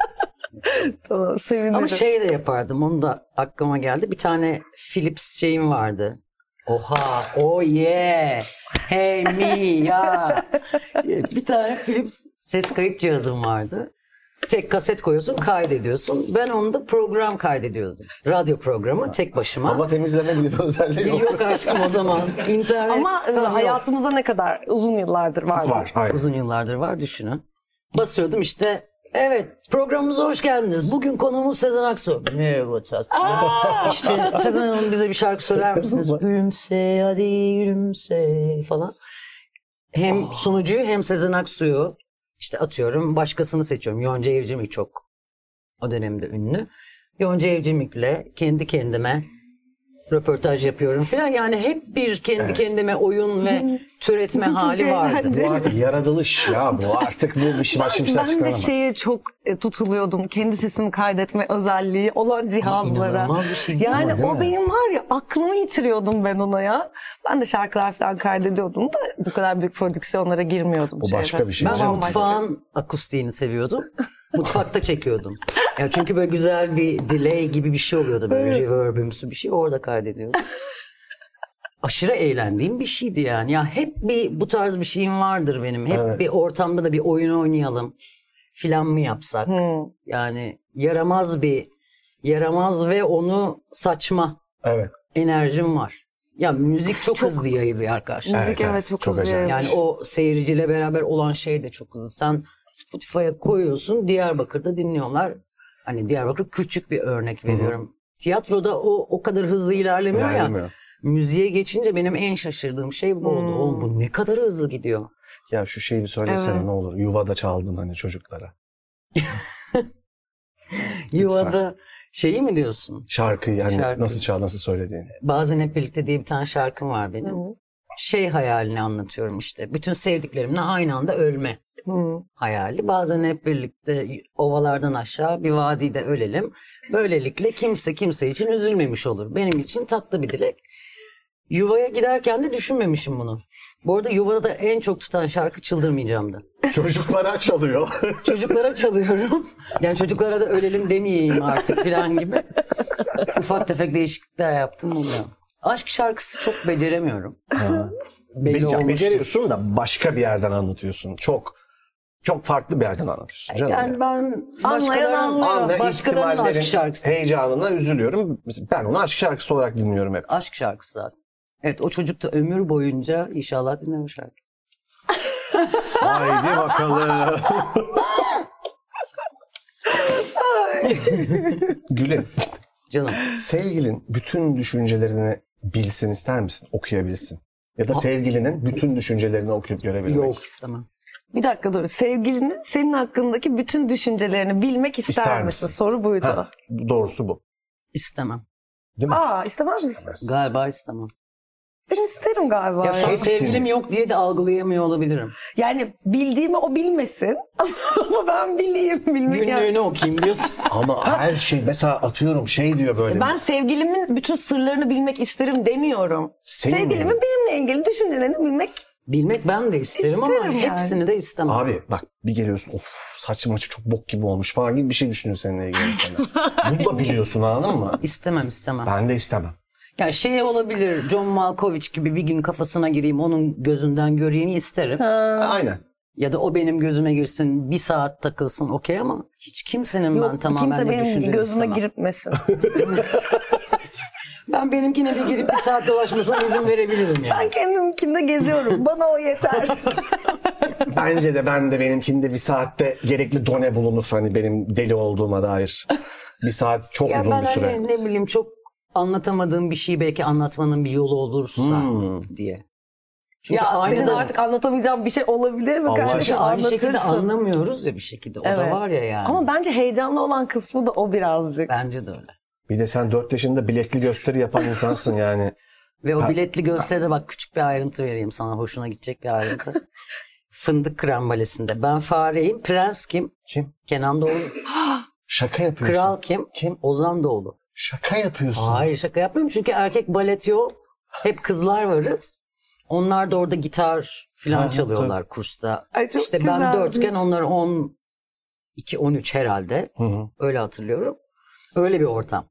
Tamam sevinirim. Ama şey de yapardım. Onu da aklıma geldi. Bir tane Philips şeyim vardı. Oha, oh yeah, hey me ya. Bir tane Philips ses kayıt cihazım vardı. tek kaset koyuyorsun, kaydediyorsun. Ben onu da program kaydediyordum. Radyo programı tek başıma. Hava temizleme gibi bir özelliği yok. Yok aşkım o zaman. İnternet Ama falan yok. hayatımızda ne kadar uzun yıllardır var. Var. Aynen. Uzun yıllardır var, düşünün. Basıyordum işte. Evet, programımıza hoş geldiniz. Bugün konuğumuz Sezen Aksu. Merhaba tatlım. İşte Sezen Hanım bize bir şarkı söyler misiniz? Gülümse hadi gülümse falan. Hem sunucuyu hem Sezen Aksu'yu işte atıyorum, başkasını seçiyorum. Yonca Evcimik çok o dönemde ünlü. Yonca Evcimik'le kendi kendime röportaj yapıyorum falan. Yani hep bir kendi Evet. kendime oyun ve türetme hali vardı. Bu artık yaratılış ya bu. Artık bu bir şey başka bir şey Ben de açıklanamaz. şeye çok e, tutuluyordum. Kendi sesimi kaydetme özelliği olan cihazlara. inanılmaz bir şey değil mi? Yani Değil o mi? benim var ya, aklımı yitiriyordum ben ona ya. Ben de şarkılar falan kaydediyordum da bu kadar büyük prodüksiyonlara girmiyordum. O şeyde. başka bir şey Ben canım. mutfağın akustiğini seviyordum. Mutfakta çekiyordum. Ya çünkü böyle güzel bir delay gibi bir şey oluyordu. Böyle reverbimsi bir şey, orada kaydediyordum. Aşırı eğlendiğim bir şeydi yani. Ya hep bir bu tarz bir şeyim vardır benim. Hep Evet. bir ortamda da bir oyun oynayalım filan mı yapsak? Hmm. Yani yaramaz bir yaramaz ve onu saçma Evet. enerjim var. Ya müzik çok, hızlı yayılıyor arkadaşlar. Müzik Evet, evet, evet, çok, çok hızlı acayip. yayılmış. Yani o seyirciyle beraber olan şey de çok hızlı. Sen Spotify'a koyuyorsun, Diyarbakır'da dinliyorlar. Hani Diyarbakır küçük bir örnek veriyorum. Tiyatroda o o kadar hızlı ilerlemiyor ya. İlerlemiyor. Müziğe geçince benim en şaşırdığım şey bu oldu. Oğlum bu ne kadar hızlı gidiyor. Ya şu şeyi bir söylesene Evet. ne olur. Yuvada çaldın hani çocuklara. Yuvada şeyi mi diyorsun? Şarkıyı yani Şarkı. nasıl çal, nasıl söylediğini. Bazen Hep Birlikte diye bir tane şarkım var benim. Hı. Şey hayalini anlatıyorum işte. Bütün sevdiklerimle aynı anda ölme Hı. hayali. Bazen hep birlikte ovalardan aşağı bir vadide ölelim. Böylelikle kimse kimse için üzülmemiş olur. Benim için tatlı bir dilek. Yuvaya giderken de düşünmemişim bunu. Bu arada yuvada da en çok tutan şarkı Çıldırmayacağım'dı. Çocuklara çalıyor. Çocuklara çalıyorum. Yani çocuklara da ölelim demeyeyim artık falan gibi. Ufak tefek değişiklikler yaptım oluyor. Aşk şarkısı çok beceremiyorum. Belli Be- olmuştur. beceriyorsun da başka bir yerden anlatıyorsun. Çok çok farklı bir yerden anlatıyorsun canım. Yani ben başkalarının, anlıyor. Anla başkalarının aşk ihtimallerin şarkısı. heyecanına üzülüyorum. Mesela ben onu aşk şarkısı olarak dinliyorum hep. Aşk şarkısı zaten. Evet, o çocuk da ömür boyunca inşallah dinler o şarkı. Haydi bakalım. Gülüm, Canım. sevgilin bütün düşüncelerini bilsin ister misin? Okuyabilsin. Ya da sevgilinin bütün düşüncelerini okuyup görebilmek. Yok, istemem. Bir dakika dur. Sevgilinin senin hakkındaki bütün düşüncelerini bilmek ister, İster misin? misin? Soru buydu. Ha, doğrusu bu. İstemem. Değil mi? Aa, istemez misin? Galiba istemem. Ben isterim galiba. Ya Ya şu an Hepsini. sevgilim yok diye de algılayamıyor olabilirim. Yani bildiğimi o bilmesin ama ben bileyim. Bilmek yani. Günlüğünü okuyayım diyorsun. Ama her şey mesela atıyorum şey diyor böyle. Ben sevgilimin bütün sırlarını bilmek isterim demiyorum. Senin Sevgilimin mi? benimle ilgili düşüncelerini bilmek. Bilmek ben de isterim, İsterim ama yani. hepsini de istemem. Abi bak bir geliyorsun of saçım maçı çok bok gibi olmuş falan gibi bir şey düşünüyor seninle ilgili mesela. Bunu da biliyorsun anladın mı? İstemem istemem. Ben de istemem. Ya şey olabilir, John Malkovich gibi bir gün kafasına gireyim, onun gözünden göreyim isterim. Aynen. Ya da o benim gözüme girsin, bir saat takılsın okey, ama hiç kimsenin ben Yok, tamamen kimse ne benim düşündüğünü gözüme istemem. giripmesin. Ben benimkine bir girip bir saat dolaşmasına izin verebilirim yani. Ben kendimkinde geziyorum. Bana o yeter. Bence de ben de benimkinde bir saatte gerekli done bulunur hani benim deli olduğuma dair. Bir saat çok Ya uzun ben bir süre. hani ne bileyim, çok anlatamadığım bir şeyi belki anlatmanın bir yolu olursa Hmm. diye. Çünkü Ya aynı senin da artık anlatamayacağım bir şey olabilir mi Allah kardeşim? aşkına. aynı şekilde Anlatırsın. anlamıyoruz ya bir şekilde. O da Evet. var ya yani. Ama bence heyecanlı olan kısmı da o birazcık. Bence de öyle. Bir de sen dört yaşında biletli gösteri yapan insansın yani. Ve o Ha- biletli gösteride bak, küçük bir ayrıntı vereyim sana, hoşuna gidecek bir ayrıntı. Fındık Krambalesi'nde ben fareyim, prens kim? Kim? Kenan Doğulu. Şaka yapıyorsun. Kral kim? Kim? Ozan Doğulu. Şaka yapıyorsun. Hayır, şaka yapmıyorum çünkü erkek balet yok. Hep kızlar varız. Onlar da orada gitar falan Ha, çalıyorlar kursta. Ay, çok işte ben güzelmiş. dörtken, onlar on iki on üç herhalde. Hı hı. Öyle hatırlıyorum. Öyle bir ortam.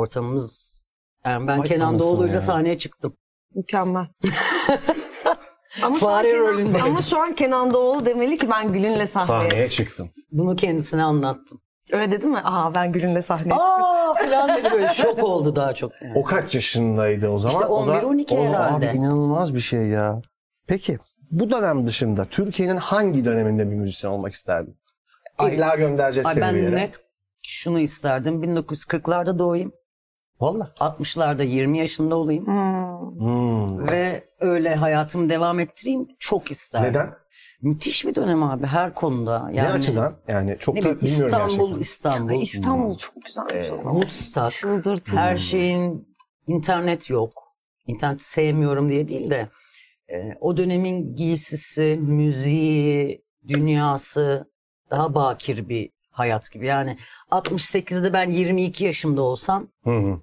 Ortamımız, yani ben Vay Kenan anasını Doğulu'yla ya. sahneye çıktım. Mükemmel. Ama şu, an Fare Kenan, rolünde. ama şu an Kenan Doğulu demeli ki ben Gül'ünle sahneye, Sahneye çıktım. çıktım. Bunu kendisine anlattım. Öyle dedi mi? Aa ben Gül'ünle sahneye çıktım. Aa falan dedi, böyle şok oldu daha çok. Yani. O kaç yaşındaydı o zaman? İşte O da- on bir on iki o- herhalde. Abi inanılmaz bir şey ya. Peki bu dönem dışında Türkiye'nin hangi döneminde bir müzisyen olmak isterdin? İlla göndereceğiz Ay seni bir ben yere. net şunu isterdim. bin dokuz yüz kırklarda doğayım. Valla. altmışlarda yirmi yaşında olayım. Hmm. Hmm. Ve öyle hayatımı devam ettireyim çok isterdim. Neden? Müthiş bir dönem abi her konuda. Yani, Ne açıdan? Yani çok ne da bileyim, bilmiyorum İstanbul, gerçekten. İstanbul. Ay, İstanbul çok güzelmiş o zaman. Woodstock. Çıldırtıcı. Her şeyin, internet yok. İnternet sevmiyorum diye değil de e, o dönemin giysisi, müziği, dünyası daha bakir bir hayat gibi. Yani altmış sekizde ben yirmi iki yaşımda olsam Hı hı.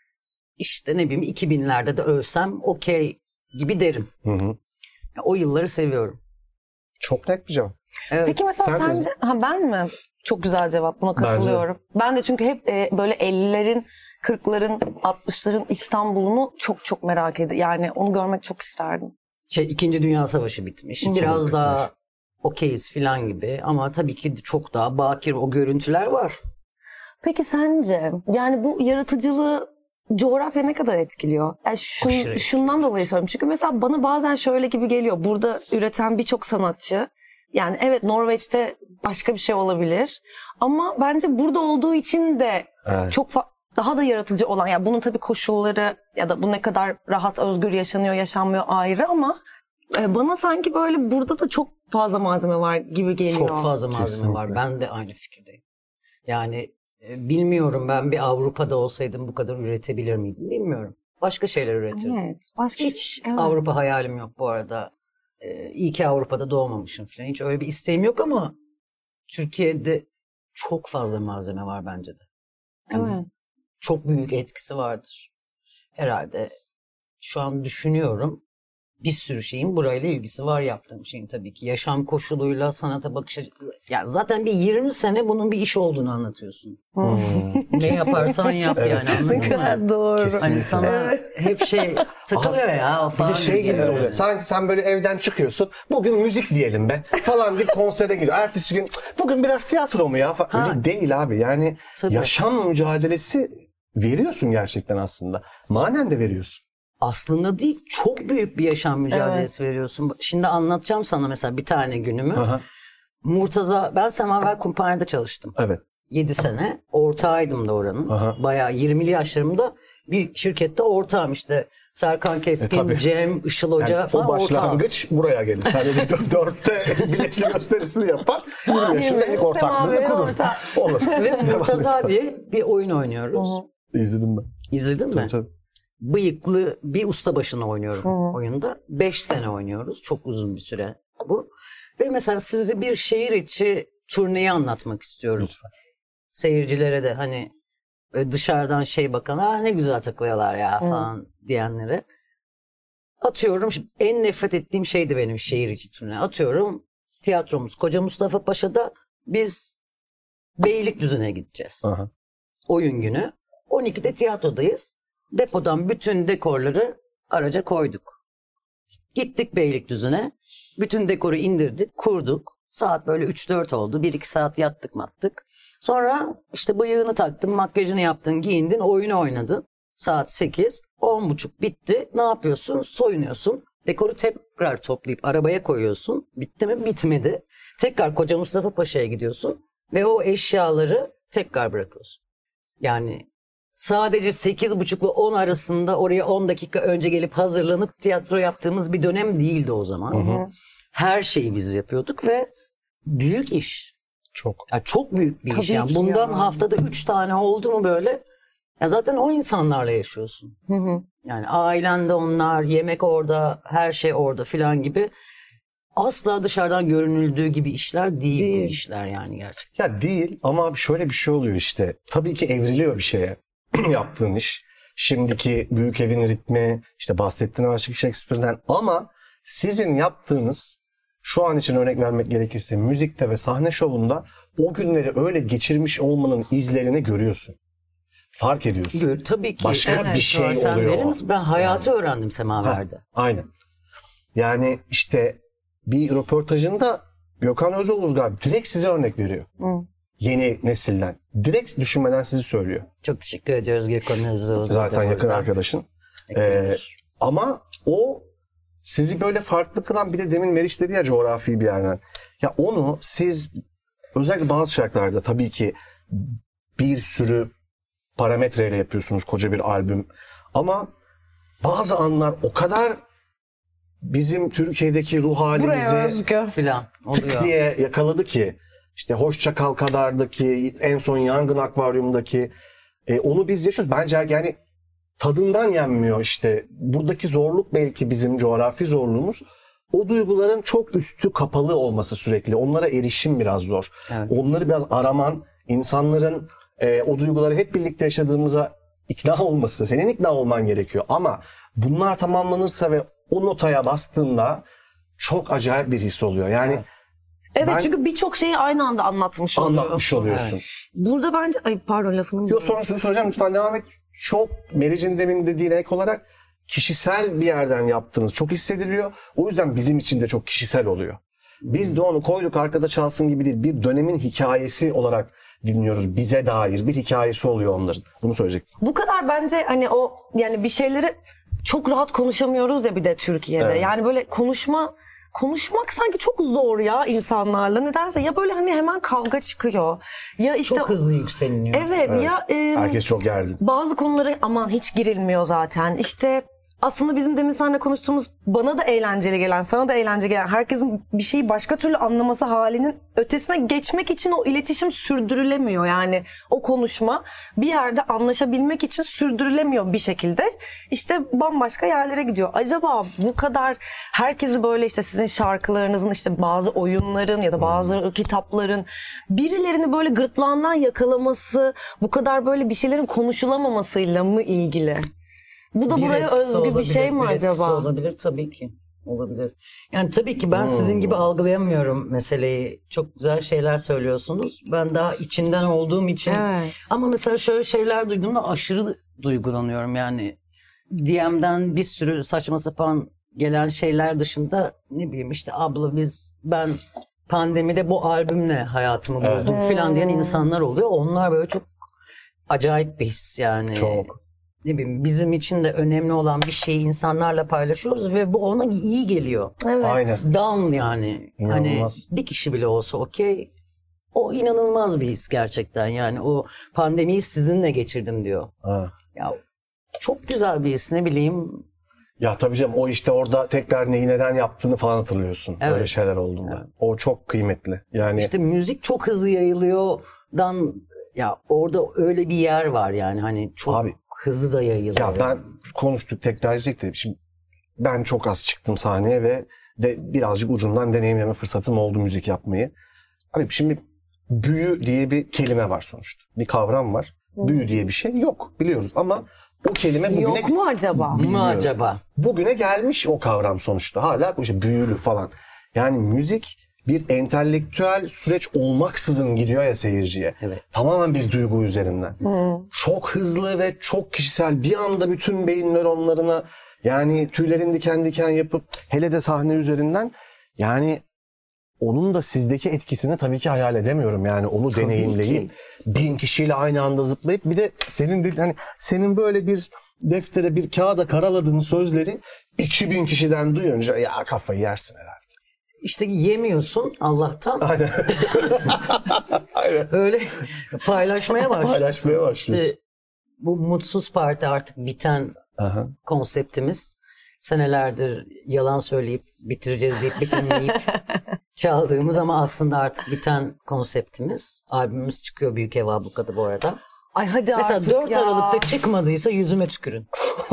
işte ne bileyim iki binlerde de ölsem okey gibi derim. Hı hı. O yılları seviyorum. Çok net bir cevap. Evet. Peki mesela Sen sence... Ha ben mi? Çok güzel cevap. Buna katılıyorum. Ben de çünkü hep e, böyle ellilerin, kırkların, altmışların İstanbul'unu çok çok merak ediyorum. Yani onu görmek çok isterdim. Şey, İkinci Dünya Savaşı bitmiş. İkinci Biraz bitmiş. daha okeyiz falan gibi ama tabii ki çok daha bakir o görüntüler var. Peki sence yani bu yaratıcılığı coğrafya ne kadar etkiliyor? Yani şun- Aşırı etkiliyor. şundan dolayı söylüyorum. Çünkü mesela bana bazen şöyle gibi geliyor. Burada üreten birçok sanatçı, yani evet Norveç'te başka bir şey olabilir. Ama bence burada olduğu için de Evet. çok fa- daha da yaratıcı olan, yani bunun tabii koşulları ya da bu ne kadar rahat özgür yaşanıyor yaşanmıyor ayrı ama e, bana sanki böyle burada da çok fazla malzeme var gibi geliyor. Çok fazla malzeme Kesinlikle. var. Ben de aynı fikirdeyim. Yani e, bilmiyorum, ben bir Avrupa'da olsaydım bu kadar üretebilir miydim bilmiyorum. Başka şeyler üretirdim. Evet. Başka Hiç evet. Avrupa hayalim yok bu arada. Ee, iyi ki Avrupa'da doğmamışım falan. Hiç öyle bir isteğim yok ama Türkiye'de çok fazla malzeme var bence de. Yani Evet. çok büyük etkisi vardır. Herhalde şu an düşünüyorum. Bir sürü şeyin burayla ilgisi var, yaptığım şeyin tabii ki. Yaşam koşuluyla sanata bakış açı... Yani zaten bir yirmi sene bunun bir iş olduğunu anlatıyorsun. Hmm. Ne yaparsan yap Evet, yani, anladın Ne mı? kadar doğru. Kesinlikle. Hani sana hep şey takılıyor ya Bir falan. de şey gibi diye. oluyor. Sanki sen böyle evden çıkıyorsun. Bugün müzik diyelim be falan deyip konsere gidiyor. Ertesi gün bugün biraz tiyatro mu ya falan. Ha. Öyle değil abi. Yani Tabii. yaşam mücadelesi veriyorsun gerçekten aslında. Manen de veriyorsun. Aslında değil, çok büyük bir yaşam mücadelesi veriyorsun. Şimdi anlatacağım sana mesela bir tane günümü. Aha. Murtaza, ben Semaver Kumpanya'da çalıştım. Evet. yedi sene. Ortağıydım da oranın. Aha. Bayağı yirmili yaşlarımda bir şirkette ortağım işte. Serkan Keskin, E, tabii. Cem, Işıl Hoca Yani falan o ortağız. başlangıç buraya gelir. Yani bir dörtte biletli gösterisini yapar. yirmi yaşında ilk ortaklığını Semaver'in kurur. ortağı. Olur. Ve Murtaza diye bir oyun oynuyoruz. Hı hı. İzledim ben. İzledin mi? Tabii, tabii. Bıyıklı bir usta başına oynuyorum Hı. oyunda. Beş sene oynuyoruz. Çok uzun bir süre bu. Ve mesela size bir şehir içi turneyi anlatmak istiyorum. Lütfen. Seyircilere de hani böyle dışarıdan şey bakan, ha ne güzel takılıyorlar ya falan diyenlere. Atıyorum, şimdi en nefret ettiğim şeydi benim şehir içi turne. Atıyorum tiyatromuz Koca Mustafa Paşa'da, biz Beylikdüzü'ne gideceğiz. Aha. Oyun günü. on ikide tiyatrodayız. Depodan bütün dekorları araca koyduk. Gittik Beylikdüzü'ne. Bütün dekoru indirdik, kurduk. Saat böyle üç dört oldu. bir iki saat yattık mattık. Sonra işte bıyığını taktın, makyajını yaptın, giyindin, oyunu oynadın. Saat sekiz, on buçuk bitti. Ne yapıyorsun? Soyunuyorsun. Dekoru tekrar toplayıp arabaya koyuyorsun. Bitti mi? Bitmedi. Tekrar Koca Mustafa Paşa'ya gidiyorsun. Ve o eşyaları tekrar bırakıyorsun. Yani sadece sekiz buçukla on arasında oraya on dakika önce gelip hazırlanıp tiyatro yaptığımız bir dönem değildi o zaman. Hı hı. Her şeyi biz yapıyorduk ve büyük iş. Çok. Ya çok büyük bir Tabii iş yani. ki Bundan ya. haftada üç tane oldu mu böyle? Ya zaten o insanlarla yaşıyorsun. Hı hı. Yani ailen de onlar, yemek orada, her şey orada filan gibi. Asla dışarıdan görünüldüğü gibi işler değil, Değil. bu işler yani gerçekten. Ya değil ama şöyle bir şey oluyor işte. Tabii ki evriliyor bir şeye yaptığın iş. Şimdiki büyük evin ritmi, işte bahsettiğin Aşık Shakespeare'den, ama sizin yaptığınız, şu an için örnek vermek gerekirse müzikte ve sahne şovunda o günleri öyle geçirmiş olmanın izlerini görüyorsun. Fark ediyorsun. Gör, tabii ki. Başka evet, bir şey sen oluyor. deli misin? Ben hayatı öğrendim Semaver'de. Aynen. Yani işte bir röportajında Gökhan Özoğuzgar direkt size örnek veriyor. Hı. Yeni nesilden. Direkt düşünmeden sizi söylüyor. Çok teşekkür ediyoruz Gökhan Özoğuz'a. Zaten yakın arkadaşın. Ee, ama o sizi böyle farklı kılan, bir de demin Meriç dedi ya coğrafi bir yerden. Ya onu siz özellikle bazı şarkılarda tabii ki bir sürü parametreyle yapıyorsunuz koca bir albüm. Ama bazı anlar o kadar bizim Türkiye'deki ruh halimizi Buraya özgü. Filan tık oluyor. diye yakaladı ki. İşte Hoşça Kal kadardaki, en son Yangın Akvaryum'daki e, onu biz yaşıyoruz. Bence yani tadından yenmiyor işte. Buradaki zorluk belki bizim coğrafi zorluğumuz. O duyguların çok üstü kapalı olması sürekli. Onlara erişim biraz zor. Evet. Onları biraz araman, insanların e, o duyguları hep birlikte yaşadığımıza ikna olması, senin ikna olman gerekiyor. Ama bunlar tamamlanırsa ve o notaya bastığında çok acayip bir his oluyor. Yani Evet. Evet Ben- çünkü birçok şeyi aynı anda anlatmış oluyor. anlatmış oluyorsun. Burada bence ay pardon lafını Yok, sonrasını söyleyeceğim, lütfen devam et. Çok Meriç'in demin dediğine ek olarak kişisel bir yerden yaptığınız çok hissediliyor. O yüzden bizim için de çok kişisel oluyor. Biz de onu koyduk arkada çalsın gibi değil. Bir dönemin hikayesi olarak dinliyoruz. Bize dair bir hikayesi oluyor onların. Bunu söyleyecektim. Bu kadar bence hani o yani bir şeyleri çok rahat konuşamıyoruz ya bir de Türkiye'de. Evet. Yani böyle konuşma konuşmak sanki çok zor ya insanlarla. Nedense ya böyle hani hemen kavga çıkıyor. Ya işte Çok hızlı yükseliniyor. evet, Evet. ya e, Herkes çok gergin. bazı konuları aman hiç girilmiyor zaten. İşte aslında bizim demin seninle konuştuğumuz bana da eğlenceli gelen, sana da eğlenceli gelen, herkesin bir şeyi başka türlü anlaması halinin ötesine geçmek için o iletişim sürdürülemiyor. Yani o konuşma bir yerde anlaşabilmek için sürdürülemiyor bir şekilde. İşte bambaşka yerlere gidiyor. Acaba bu kadar herkesi böyle işte sizin şarkılarınızın, işte bazı oyunların ya da bazı kitapların birilerini böyle gırtlağından yakalaması, bu kadar böyle bir şeylerin konuşulamamasıyla mı ilgili? Bu da Bir buraya etkisi özgü bir olabilir, şey mi bir etkisi acaba? Olabilir tabii ki. Olabilir. Yani tabii ki ben Hmm. sizin gibi algılayamıyorum meseleyi. Çok güzel şeyler söylüyorsunuz. Ben daha içinden olduğum için. Evet. Ama mesela şöyle şeyler duyduğumda aşırı duygulanıyorum yani. D M'den bir sürü saçma sapan gelen şeyler dışında ne bileyim işte abla biz ben pandemide bu albümle hayatımı Evet. buldum falan diyen insanlar oluyor. Onlar böyle çok acayip bir his yani. Çok. Ne bileyim bizim için de önemli olan bir şeyi insanlarla paylaşıyoruz ve bu ona iyi geliyor. Evet. Aynen. Down yani. Hani İnanılmaz. bir kişi bile olsa okey. O inanılmaz bir his gerçekten. Yani o pandemiyi sizinle geçirdim diyor. Ha. Ya çok güzel bir his ne bileyim. Ya tabii canım, o işte orada tekrar neyi neden yaptığını falan hatırlıyorsun. Evet. Böyle şeyler olduğunda. Evet. O çok kıymetli. Yani İşte müzik çok hızlı yayılıyordan ya orada öyle bir yer var yani hani çok Abi, hızlı da yayılıyor. ya ben konuştuk tekrar edecek de şimdi ben çok az çıktım sahneye ve de birazcık ucundan deneyimleme fırsatım oldu müzik yapmayı. Abi şimdi büyü diye bir kelime var sonuçta. Bir kavram var. Büyü diye bir şey yok, biliyoruz ama o kelime bugüne Yok mu acaba? mu bilmiyorum. acaba? bugüne gelmiş o kavram sonuçta. Hala işte büyülü falan. Yani müzik bir entelektüel süreç olmaksızın gidiyor ya seyirciye. Evet. Tamamen bir duygu üzerinden. Çok hızlı ve çok kişisel. Bir anda bütün beyin nöronlarına yani tüylerin diken diken yapıp hele de sahne üzerinden yani onun da sizdeki etkisini tabii ki hayal edemiyorum. Yani onu Tabii deneyimleyip ki. bin kişiyle aynı anda zıplayıp bir de senin de hani senin böyle bir deftere bir kağıda karaladığın sözleri iki bin kişiden duyunca ya kafayı yersin herhalde. İşte yemiyorsun Allah'tan. Aynen. Aynen. Öyle paylaşmaya başlıyorsun. Paylaşmaya başlıyorsun. İşte bu mutsuz parti artık biten Aha. konseptimiz. Senelerdir yalan söyleyip bitireceğiz deyip bitirmeyip çaldığımız ama aslında artık biten konseptimiz. Albümümüz çıkıyor Büyük Ev Abluka'da bu arada. Ay hadi Mesela artık dört ya. Aralık'ta çıkmadıysa yüzüme tükürün.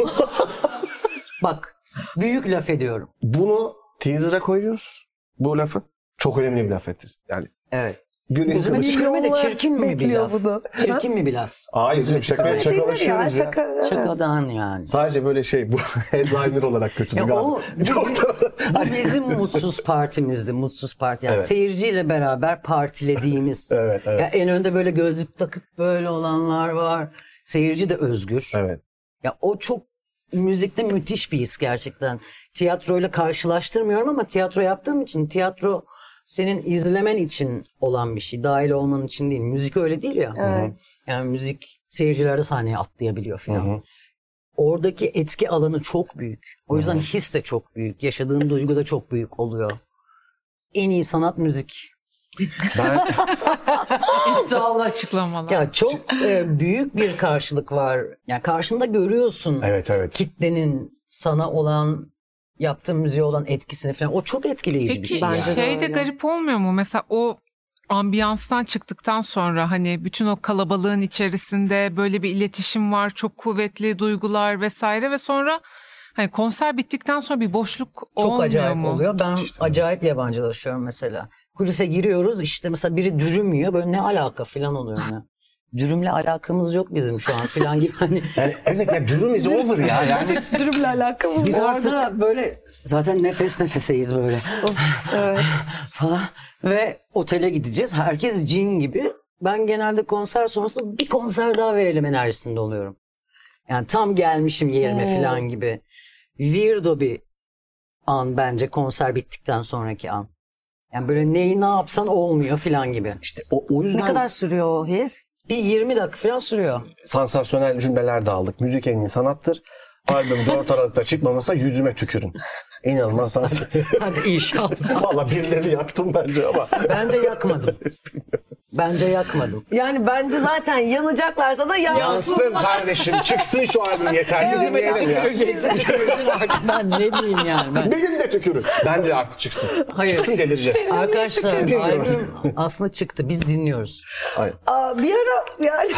Bak büyük laf ediyorum. Bunu teaser'a koyuyoruz. Bu lafı. Çok önemli bir laf ettiniz. Yani Evet. günün Yüzüme kılıç. tükürme de Milyonlar çirkin mi bir bekliyor laf? bunu. Çirkin mi bir laf? Hayır canım, şaka, Öyle denir ya, şakalaşıyoruz ya. şaka. evet. Şakadan yani. Sadece böyle şey bu headliner olarak kötü Ya bir o gaz. Çok da- bu bizim mutsuz partimizdi. Mutsuz parti. Yani Evet. seyirciyle beraber partilediğimiz. Evet, evet. Ya en önde böyle gözlük takıp böyle olanlar var. Seyirci de özgür. Evet. Ya o çok müzikte müthiş bir his gerçekten. Tiyatroyla karşılaştırmıyorum ama tiyatro yaptığım için tiyatro senin izlemen için olan bir şey. Dahil olman için değil. Müzik öyle değil ya. Evet. Yani müzik seyirciler de sahneye atlayabiliyor falan. Hı hı. Oradaki etki alanı çok büyük. O yüzden his de çok büyük. Yaşadığın duygu da çok büyük oluyor. En iyi sanat müzik. Ben İddialı açıklamalar. Ya çok e, büyük bir karşılık var. Yani karşında görüyorsun evet evet. kitlenin sana olan, yaptığın müziğe olan etkisini falan. O çok etkileyici Peki bir şey. Bence yani. de şey de öyle. garip olmuyor mu? Mesela o ambiyanstan çıktıktan sonra hani bütün o kalabalığın içerisinde böyle bir iletişim var, çok kuvvetli duygular vesaire ve sonra hani konser bittikten sonra bir boşluk Çok olmuyor acayip mu? oluyor. Ben İşte acayip yabancılaşıyorum mesela. Kulise giriyoruz, işte mesela biri dürümüyor, böyle ne alaka falan oluyor. Yani. Dürümle alakamız yok bizim şu an falan gibi. Hani yani evet ya durum is over ya yani. Dürümle alakamız biz var. orada böyle zaten nefes nefeseyiz böyle Evet. falan ve otele gideceğiz. Herkes cin gibi. Ben genelde konser sonrası bir konser daha verelim enerjisinde oluyorum. Yani tam gelmişim yerime Hmm. falan gibi. Weirdo bir an bence konser bittikten sonraki an. Yani böyle neyi ne yapsan olmuyor falan gibi. İşte o, o yüzden Ne kadar sürüyor o his? Bir yirmi dakika falan sürüyor. sansasyonel cümleler de aldık. Müzik en iyi sanattır. Albüm dört Aralık'ta çıkmamasa yüzüme tükürün. İnanılmaz sansasyonel. Hadi inşallah. Valla birilerini yaktım bence ama. Bence yakmadım. Bence yakmadım. Yani bence zaten yanacaklarsa da yansın. Yansın kardeşim çıksın şu albüm yeter. Bizim Yüzüme yerim ya. tüküreceksin, tüküreceksin artık. Ben ne diyeyim yani ben. Benim de tükürün. Ben de artık çıksın. Hayır. Çıksın delireceğiz. Arkadaşlar tükürüyorum? albüm aslında çıktı. Biz dinliyoruz. Hayır. Aa, bir ara yani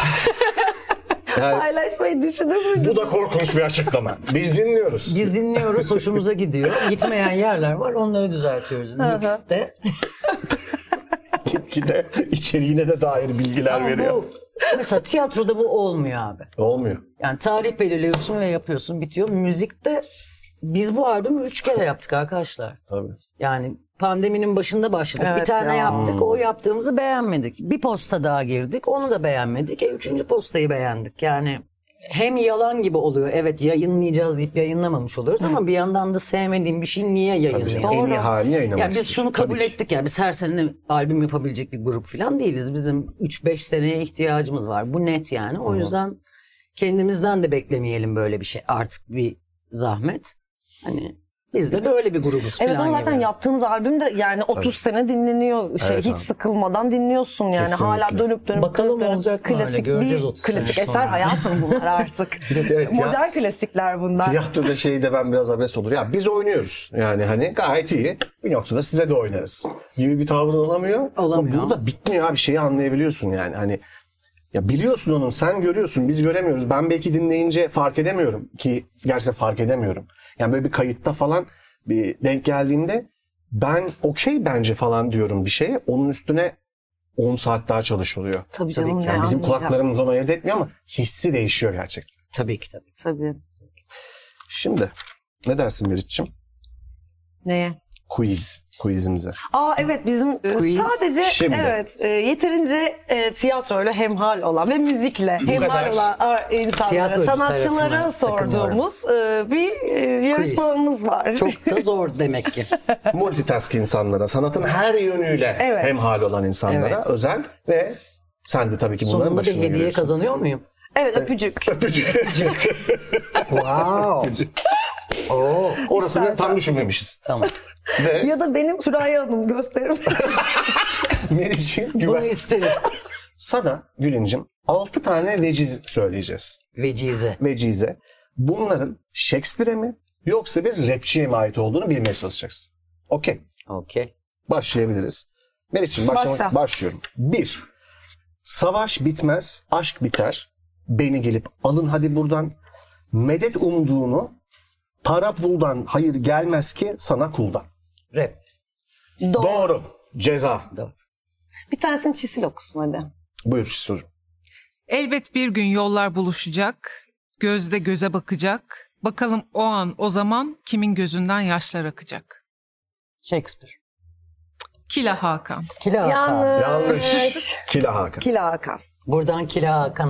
Yani paylaşmayı düşünür müydün? bu da korkunç bir açıklama. Biz dinliyoruz. Biz dinliyoruz. Hoşumuza gidiyor. Gitmeyen yerler var. Onları düzeltiyoruz. Mixte. Gitgide içeriğine de dair bilgiler Ama veriyor. bu, mesela tiyatroda bu olmuyor abi. Olmuyor. Yani tarih belirliyorsun ve yapıyorsun, bitiyor. Müzikte biz bu albümü üç kere yaptık arkadaşlar. Tabii. Yani pandeminin başında başladık. Evet bir tane ya. yaptık. O yaptığımızı beğenmedik. Bir posta daha girdik. Onu da beğenmedik. E, üçüncü postayı beğendik. Yani hem yalan gibi oluyor. Evet yayınlayacağız deyip yayınlamamış oluyoruz ama bir yandan da sevmediğim bir şeyi niye Tabii yayınlayasın? canım. En iyi Doğru. halini yayınlamak Ya biz istiyorsun. şunu kabul Tabii ki. ettik ya biz her sene albüm yapabilecek bir grup falan değiliz. Bizim üç beş seneye ihtiyacımız var. Bu net yani. O yüzden kendimizden de beklemeyelim böyle bir şey. Artık bir zahmet. Hani biz de böyle bir grubuz Evet falan ama zaten gibi. yaptığınız albüm de yani otuz sene dinleniyor. Şey, Evet hiç abi. sıkılmadan dinliyorsun yani. Kesinlikle. Hala dönüp dönüp Bakalım dönüp dönüp. olacak mı öyle? Klasik Göreceğiz bir otuz sene klasik sonra. eser hayatım bunlar artık. Evet, evet ya. Modern klasikler bunlar. Tiyatroda şeyde ben biraz abes olur. Ya biz oynuyoruz. Yani hani gayet iyi. Bir noktada size de oynarız. Gibi bir tavrın olamıyor. Olamıyor. Ama burada bitmiyor abi. Şeyi anlayabiliyorsun yani. Hani ya biliyorsun onun. Sen görüyorsun. Biz göremiyoruz. Ben belki dinleyince fark edemiyorum. Ki gerçekten fark edemiyorum. Yani böyle bir kayıtta falan bir denk geldiğimde ben okey bence falan diyorum bir şeye. Onun üstüne on saat daha çalışılıyor. Tabii canım, ne Yani bizim anlayacağım. kulaklarımız onu ayırt etmiyor ama hissi değişiyor gerçekten. Tabii ki tabii. Tabii. Şimdi ne dersin Meriç'ciğim? Neye? Quiz. Quizimize. Aa evet bizim e, Quiz. sadece Şimdi. evet e, yeterince e, tiyatroyla hemhal olan ve müzikle Bu hemhal kadar. olan a, insanlara, Tiyatrocu sanatçılara tarafına sorduğumuz e, bir e, yarışmamız var. Çok da zor demek ki. Multitask insanlara, sanatın her yönüyle Evet. hemhal olan insanlara Evet. özel ve sen de tabii ki bunların Sonunda bir başında hediye geliyorsun. kazanıyor muyum? Evet öpücük. Wow. Oo, Orasını tam düşünmemişiz. tamam. Ve Ya da benim Süreyya Hanım gösterim. Meriç'in Bunu güven. isterim. Sana Gül'üncüm altı tane veciz söyleyeceğiz. Vecize. Vecize. Bunların Shakespeare'e mi yoksa bir rapçiye mi ait olduğunu bilmeye çalışacaksın. Okey. Okey. Başlayabiliriz. Meriç'ciğim başlamak, Başla. başlıyorum. Bir. Savaş bitmez, aşk biter. Beni gelip alın hadi buradan. Medet umduğunu para puldan hayır gelmez ki sana kuldan. Rap. Doğru. Doğru. Ceza. Doğru. Bir tanesini Çisil okusun hadi. Buyur soru. Elbet bir gün yollar buluşacak, gözde göze bakacak. Bakalım o an, o zaman kimin gözünden yaşlar akacak? Shakespeare. Kila Hakan. Kila Hakan. Yanlış. Yanlış. Kila Hakan. Kila Hakan. Buradan Kila Hakan'a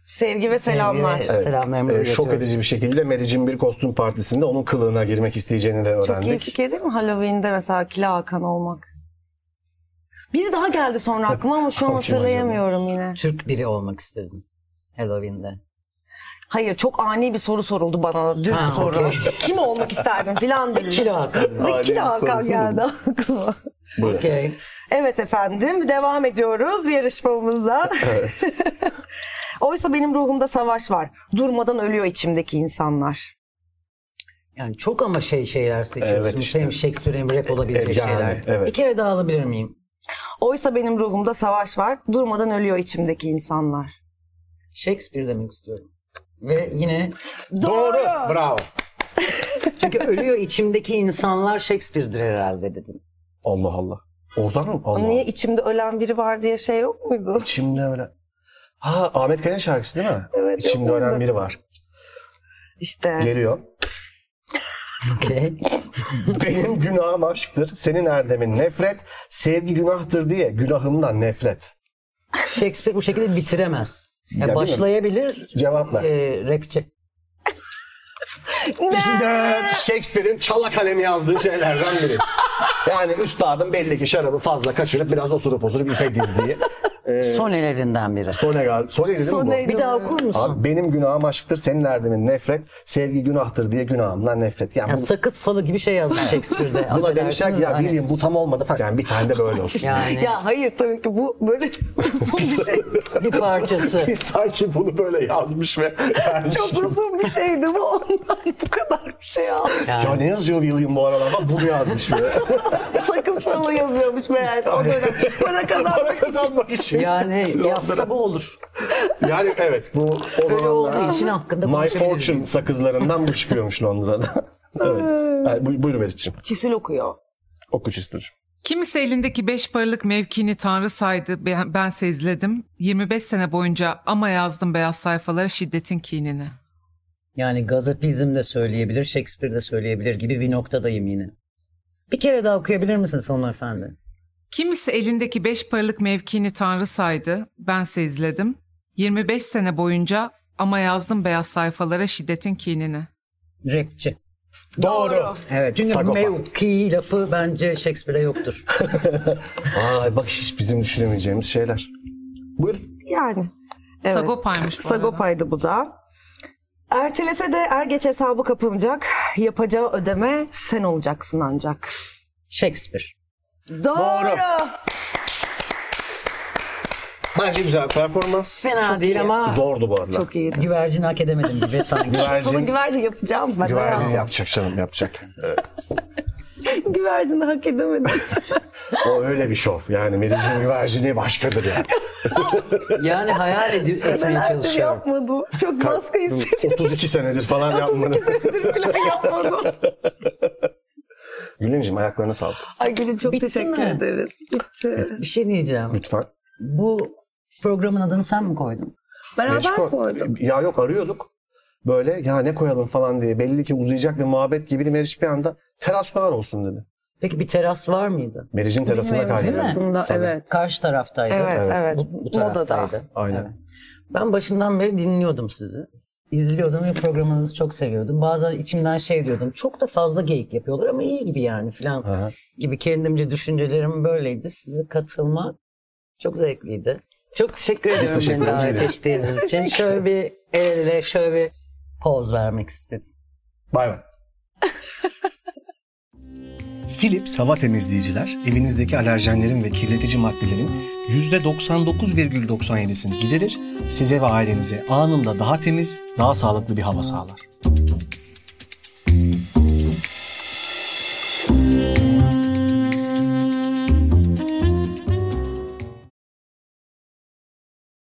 Sevgi ve selamlar. Sevgi ve selamlarımızı Ee, şok iletiyoruz. edici bir şekilde Meriç'in bir kostüm partisinde onun kılığına girmek isteyeceğini de öğrendik. Çok iyi fikir değil mi Halloween'de mesela Kila Hakan olmak? Biri daha geldi sonra aklıma ama şu an Kim acaba? hatırlayamıyorum yine. Türk biri olmak istedim Halloween'de. Hayır, çok ani bir soru soruldu bana. Düz Ha, soru. okey. Kim olmak isterdin filan dedim. Kilo Hakan. Ve Ani Kila bir Hakan soru geldi aklıma. Buyurun. Okey. Evet efendim, devam ediyoruz yarışmamıza. Evet. Oysa benim ruhumda savaş var. Durmadan ölüyor içimdeki insanlar. Yani çok ama şey şeyler seçiyorsun. Evet işte. Hem Shakespeare hem rap olabilecek Yani, şeyler. evet. Bir kere daha alabilir miyim? Oysa benim ruhumda savaş var. Durmadan ölüyor içimdeki insanlar. Shakespeare demek istiyorum. Ve yine Doğru. Bravo. çünkü ölüyor içimdeki insanlar Shakespeare'dir herhalde dedim. Allah Allah. Oradan mı? Allah. Niye içimde ölen biri var diye şey yok muydu? İçimde öyle. Ha, Ahmet Kaya'nın şarkısı değil mi? Evet, İçimde yok ölen muydu? biri var. İşte. Geliyor. Okey. Benim günahım aşktır, senin erdemin nefret, sevgi günahtır diye günahımdan nefret. Shakespeare bu şekilde bitiremez. Yani Ya, değil mi? başlayabilir. Cevap ver. E, rapçi. İşte Shakespeare'in çala kalemi yazdığı şeylerden biri. Yani üstadın belli ki şarabı fazla kaçırıp biraz osurup osurup ipe dizdiği. E, Sonelerinden biri. Sone gal. Sone değil mi bu? Soneydi. Bir daha okur musun? Abi benim günahım aşktır, senin erdemin nefret, sevgi günahtır diye günahımdan nefret. Yani Yani bu- sakız falı gibi şey yazmış Shakespeare'de. buna demişler ki ya Hani- William bu tam olmadı falan. Yani bir tane de böyle olsun. Yani Ya hayır tabii ki bu böyle uzun bir şey. bir parçası. Sanki bunu böyle yazmış ve vermiş. Çok uzun bir şeydi bu ondan bu kadar bir şey aldım. Yani. Ya ne yazıyor William bu aralar? Bak bunu yazmış be. Sakız falan yazıyormuş meğerse o dönem. Para kazanmak Para kazanmak için. Yani yazsa bu olur. Yani evet bu o Öyle olduğu zamanlar için hakkında My konuşabiliriz. Fortune sakızlarından bu çıkıyormuş Londra'da. Evet. Yani, bu- buyurun Meriç'ciğim. Çisil okuyor. Oku Çisil'cim. Kimisi elindeki beş paralık mevkini tanrı saydı, ben, bense izledim. yirmi beş sene boyunca ama yazdım beyaz sayfalara şiddetin kinini. Yani gazapizm de söyleyebilir, Shakespeare de söyleyebilir gibi bir noktadayım yine. Bir kere daha okuyabilir misiniz hanımefendi? Kimisi elindeki beş paralık mevkini tanrı saydı, bense izledim. yirmi beş sene boyunca ama yazdım beyaz sayfalara şiddetin kinini. Rapçi. Doğru. Evet çünkü Sagopa. mevki lafı bence Shakespeare'de yoktur. Ay bak hiç bizim düşünemeyeceğimiz şeyler. Buyur. Yani. Evet. Sagopa'ymış bu arada. Sagopa'ydı bu da. Ertelese de er geç hesabı kapanacak. Yapacağı ödeme sen olacaksın ancak. Shakespeare. Doğru. Bence güzel performans. Fena Çok değil iyi. ama Zordu bu arada. Çok iyiydi. güvercin hak edemedim gibi sanki. Sana Güvercin, güvercin yapacağım ben. güvercin hayatım. yapacak canım yapacak. Evet. Güvercini hak edemedim. O öyle bir şov. Yani Meriç'in güvercini başkadır yani. Yani hayal edi- etmeye Senelerdir çalışıyorum. yapmadım. Çok baskı hissediyorum. otuz iki senedir falan yapmadı. otuz iki senedir falan yapmadım. Gülincim ayaklarına sağlık. Ay Gülün çok Bitti teşekkür mi? ederiz. Bitti. Bir şey diyeceğim. Lütfen. Bu programın adını sen mi koydun? Beraber Meşko- koydum. Ya yok arıyorduk. Böyle ya ne koyalım falan diye. Belli ki uzayacak bir muhabbet gibiydi. Meriç bir anda teras noir olsun dedi. Peki bir teras var mıydı? Meriç'in terasına Benim evim kaydı. terasında, Tabii. evet. Karşı taraftaydı. Evet, evet. Bu, bu taraftaydı. Modada. Aynen. Evet. Ben başından beri dinliyordum sizi. İzliyordum ve programınızı çok seviyordum. Bazen içimden şey diyordum. Çok da fazla geyik yapıyorlar ama iyi gibi yani filan Aha. gibi kendimce düşüncelerim böyleydi. Size katılmak çok zevkliydi. Çok teşekkür ediyorum teşekkür beni ederiz. davet ettiğiniz için. Şöyle bir el ele şöyle bir poz vermek istedim. Bay bay. Philips hava temizleyiciler evinizdeki alerjenlerin ve kirletici maddelerin yüzde doksan dokuz virgül doksan yedisini giderir, size ve ailenize anında daha temiz, daha sağlıklı bir hava sağlar.